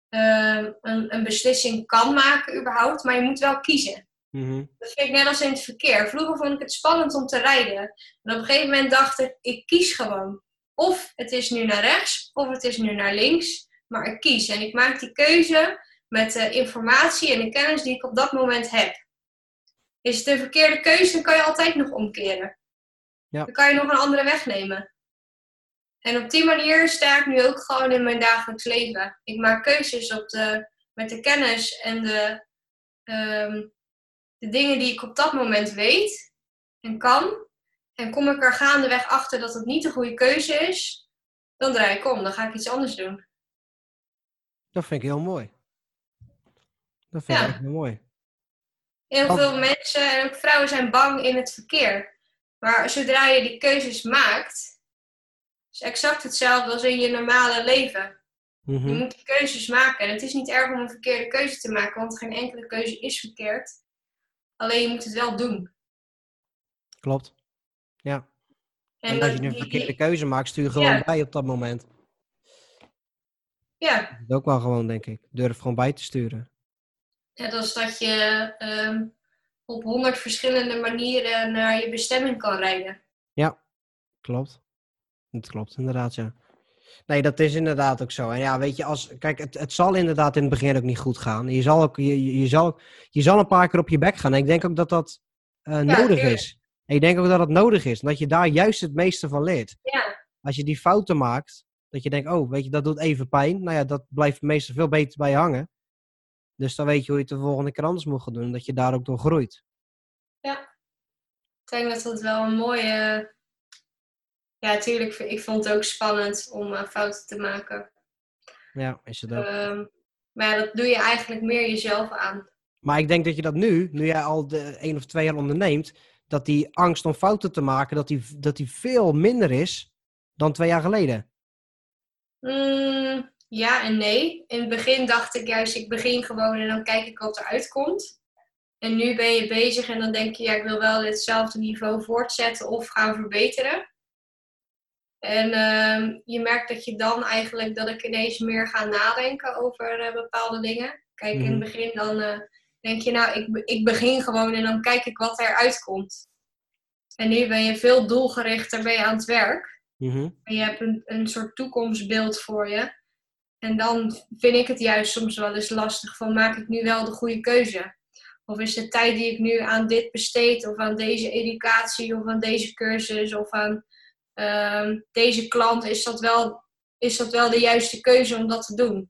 een beslissing kan maken überhaupt. Maar je moet wel kiezen. Mm-hmm. Dat vind ik net als in het verkeer. Vroeger vond ik het spannend om te rijden. En op een gegeven moment dacht ik kies gewoon. Of het is nu naar rechts, of het is nu naar links. Maar ik kies. En ik maak die keuze met de informatie en de kennis die ik op dat moment heb. Is het een verkeerde keuze, dan kan je altijd nog omkeren. Ja. Dan kan je nog een andere weg nemen. En op die manier sta ik nu ook gewoon in mijn dagelijks leven. Ik maak keuzes met de kennis en de dingen die ik op dat moment weet en kan. En kom ik er gaandeweg achter dat het niet de goede keuze is, dan draai ik om. Dan ga ik iets anders doen. Dat vind ik heel mooi. Dat vind ik echt heel mooi. Heel veel mensen en ook vrouwen zijn bang in het verkeer. Maar zodra je die keuzes maakt, is exact hetzelfde als in je normale leven. Mm-hmm. Je moet die keuzes maken. En het is niet erg om een verkeerde keuze te maken, want geen enkele keuze is verkeerd. Alleen je moet het wel doen. Klopt. Ja. En als je een verkeerde keuze maakt, stuur je gewoon bij op dat moment. Ja. Dat is ook wel gewoon, denk ik. Durf gewoon bij te sturen. Net als dat je op 100 verschillende manieren naar je bestemming kan rijden. Ja, klopt. Dat klopt inderdaad, ja. Nee, dat is inderdaad ook zo. En ja, weet je, kijk, het zal inderdaad in het begin ook niet goed gaan. Je zal een paar keer op je bek gaan. En ik denk ook dat dat nodig is. En ik denk ook dat het nodig is. Dat je daar juist het meeste van leert. Ja. Als je die fouten maakt, dat je denkt, oh, weet je, dat doet even pijn. Nou ja, dat blijft meestal veel beter bij je hangen. Dus dan weet je hoe je het de volgende keer anders moet gaan doen. En dat je daar ook door groeit. Ja. Ik denk dat dat wel een mooie... Ja, natuurlijk. Ik vond het ook spannend om fouten te maken. Ja, is het ook. Maar ja, dat doe je eigenlijk meer jezelf aan. Maar ik denk dat je dat nu jij al 1 of 2 jaar onderneemt, dat die angst om fouten te maken, dat die veel minder is dan 2 jaar geleden. Ja en nee. In het begin dacht ik juist, ik begin gewoon en dan kijk ik wat eruit komt. En nu ben je bezig en dan denk je, ja, ik wil wel hetzelfde niveau voortzetten of gaan verbeteren. En je merkt dat je dan eigenlijk, dat ik ineens meer ga nadenken over bepaalde dingen. Kijk, in het begin dan denk je, nou, ik begin gewoon en dan kijk ik wat eruit komt. En nu ben je veel doelgerichter ben je aan het werk. Mm-hmm. En je hebt een soort toekomstbeeld voor je. En dan vind ik het juist soms wel eens lastig van, maak ik nu wel de goede keuze? Of is de tijd die ik nu aan dit besteed, of aan deze educatie, of aan deze cursus, of aan deze klant, is dat wel de juiste keuze om dat te doen?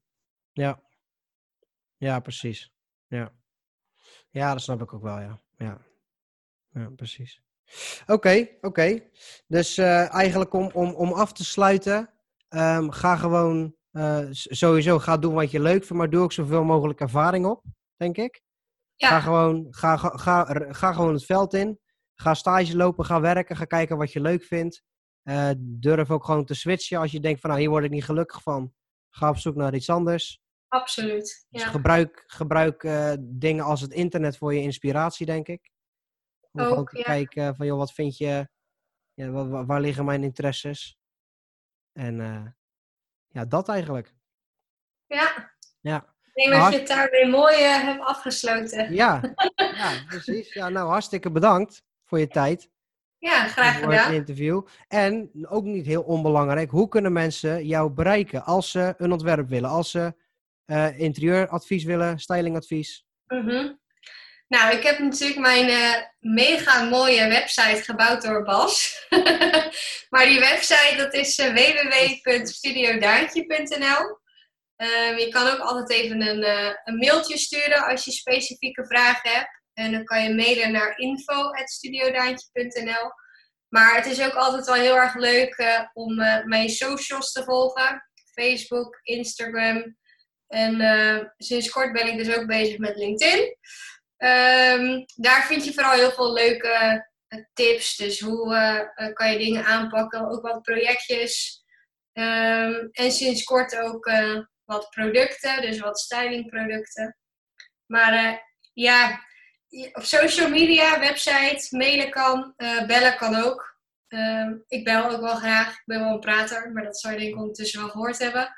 Ja, precies. Ja, dat snap ik ook wel, ja, precies. Oké. Dus eigenlijk om af te sluiten, ga gewoon sowieso doen wat je leuk vindt, maar doe ook zoveel mogelijk ervaring op, denk ik. Ja. Ga gewoon het veld in. Ga stage lopen, ga werken, ga kijken wat je leuk vindt. Durf ook gewoon te switchen als je denkt van, nou, hier word ik niet gelukkig van. Ga op zoek naar iets anders. Absoluut, ja. Dus gebruik dingen als het internet voor je inspiratie, denk ik. Om gewoon te kijken van, joh, wat vind je... Ja, waar liggen mijn interesses? En dat eigenlijk. Ja. Ik denk dat je het daarmee mooi hebt afgesloten. Ja, precies. Ja, nou, hartstikke bedankt voor je tijd. Ja, graag gedaan. Voor het interview. En ook niet heel onbelangrijk, hoe kunnen mensen jou bereiken als ze een ontwerp willen? Als ze interieuradvies willen, stylingadvies? Nou, ik heb natuurlijk mijn mega mooie website gebouwd door Bas. Maar die website, dat is www.studiodaantje.nl. Je kan ook altijd even een mailtje sturen als je specifieke vragen hebt. En dan kan je mailen naar info@studiodaantje.nl. Maar het is ook altijd wel heel erg leuk om mijn socials te volgen. Facebook, Instagram. En sinds kort ben ik dus ook bezig met LinkedIn. Daar vind je vooral heel veel leuke tips. Dus hoe kan je dingen aanpakken. Ook wat projectjes. En sinds kort ook wat producten. Dus wat stylingproducten. Maar op social media, website, mailen kan. Bellen kan ook. Ik bel ook wel graag. Ik ben wel een prater. Maar dat zou je denk ik ondertussen wel gehoord hebben.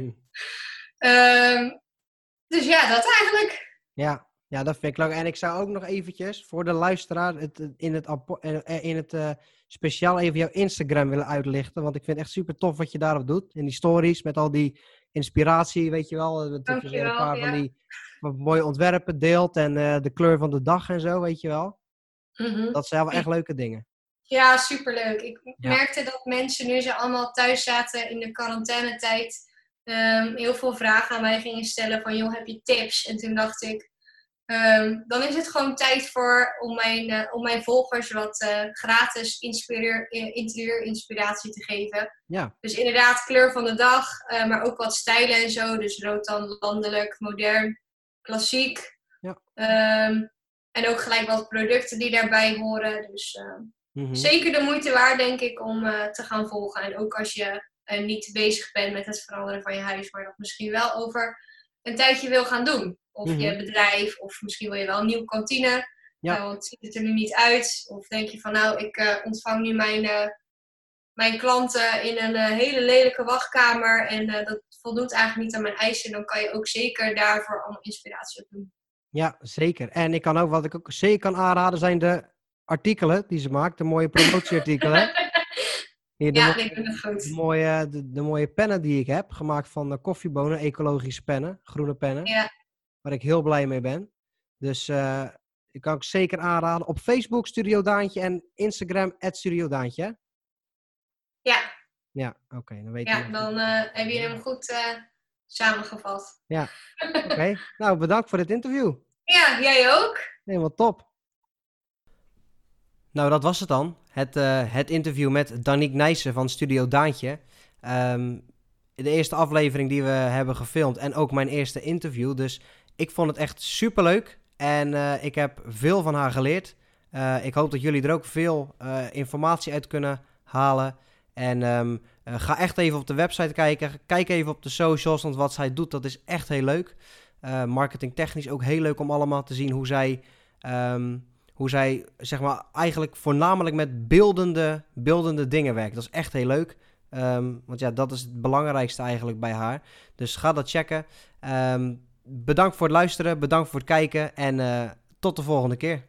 Dus ja, dat eigenlijk. Ja, dat vind ik leuk. En ik zou ook nog eventjes voor de luisteraar in het speciaal even jouw Instagram willen uitlichten. Want ik vind het echt super tof wat je daarop doet. In die stories met al die inspiratie, weet je wel. Dat je een paar van die mooie ontwerpen deelt. En de kleur van de dag en zo, weet je wel. Dat zijn wel echt leuke dingen. Ja, superleuk. Ik merkte dat mensen nu ze allemaal thuis zaten in de quarantainetijd heel veel vragen aan mij gingen stellen van, joh, heb je tips? En toen dacht ik, dan is het gewoon tijd om mijn volgers wat gratis interieurinspiratie te geven. Ja. Dus inderdaad kleur van de dag, maar ook wat stijlen en zo. Dus rood dan landelijk, modern, klassiek. Ja. En ook gelijk wat producten die daarbij horen. Dus zeker de moeite waard, denk ik, om te gaan volgen. En ook als je niet bezig bent met het veranderen van je huis, maar dat misschien wel over een tijdje wil gaan doen. Of je bedrijf, of misschien wil je wel een nieuwe kantine. Want het ziet er nu niet uit. Of denk je van, nou, ik ontvang nu mijn klanten in een hele lelijke wachtkamer. En dat voldoet eigenlijk niet aan mijn eisen. Dan kan je ook zeker daarvoor allemaal inspiratie op doen. Ja, zeker. En wat ik ook zeker kan aanraden zijn de artikelen die ze maakt. De mooie promotieartikelen. Die doen het goed. De mooie pennen die ik heb, gemaakt van koffiebonen, ecologische pennen, groene pennen. Ja. Waar ik heel blij mee ben. Dus ik kan ook zeker aanraden. Op Facebook Studio Daantje en Instagram @StudioDaantje. Ja. Ja, oké. Dan weet je. Ja, dan heb je hem goed samengevat. Ja, oké. Nou, bedankt voor dit interview. Ja, jij ook. Helemaal top. Nou, dat was het dan. Het interview met Danique Nijssen van Studio Daantje. De eerste aflevering die we hebben gefilmd en ook mijn eerste interview. Dus ik vond het echt superleuk en ik heb veel van haar geleerd. Ik hoop dat jullie er ook veel informatie uit kunnen halen. En ga echt even op de website kijken. Kijk even op de socials, want wat zij doet, dat is echt heel leuk. Marketingtechnisch ook heel leuk om allemaal te zien hoe zij zeg maar eigenlijk voornamelijk met beeldende dingen werkt. Dat is echt heel leuk. Want ja, dat is het belangrijkste eigenlijk bij haar. Dus ga dat checken. Bedankt voor het luisteren, bedankt voor het kijken en tot de volgende keer.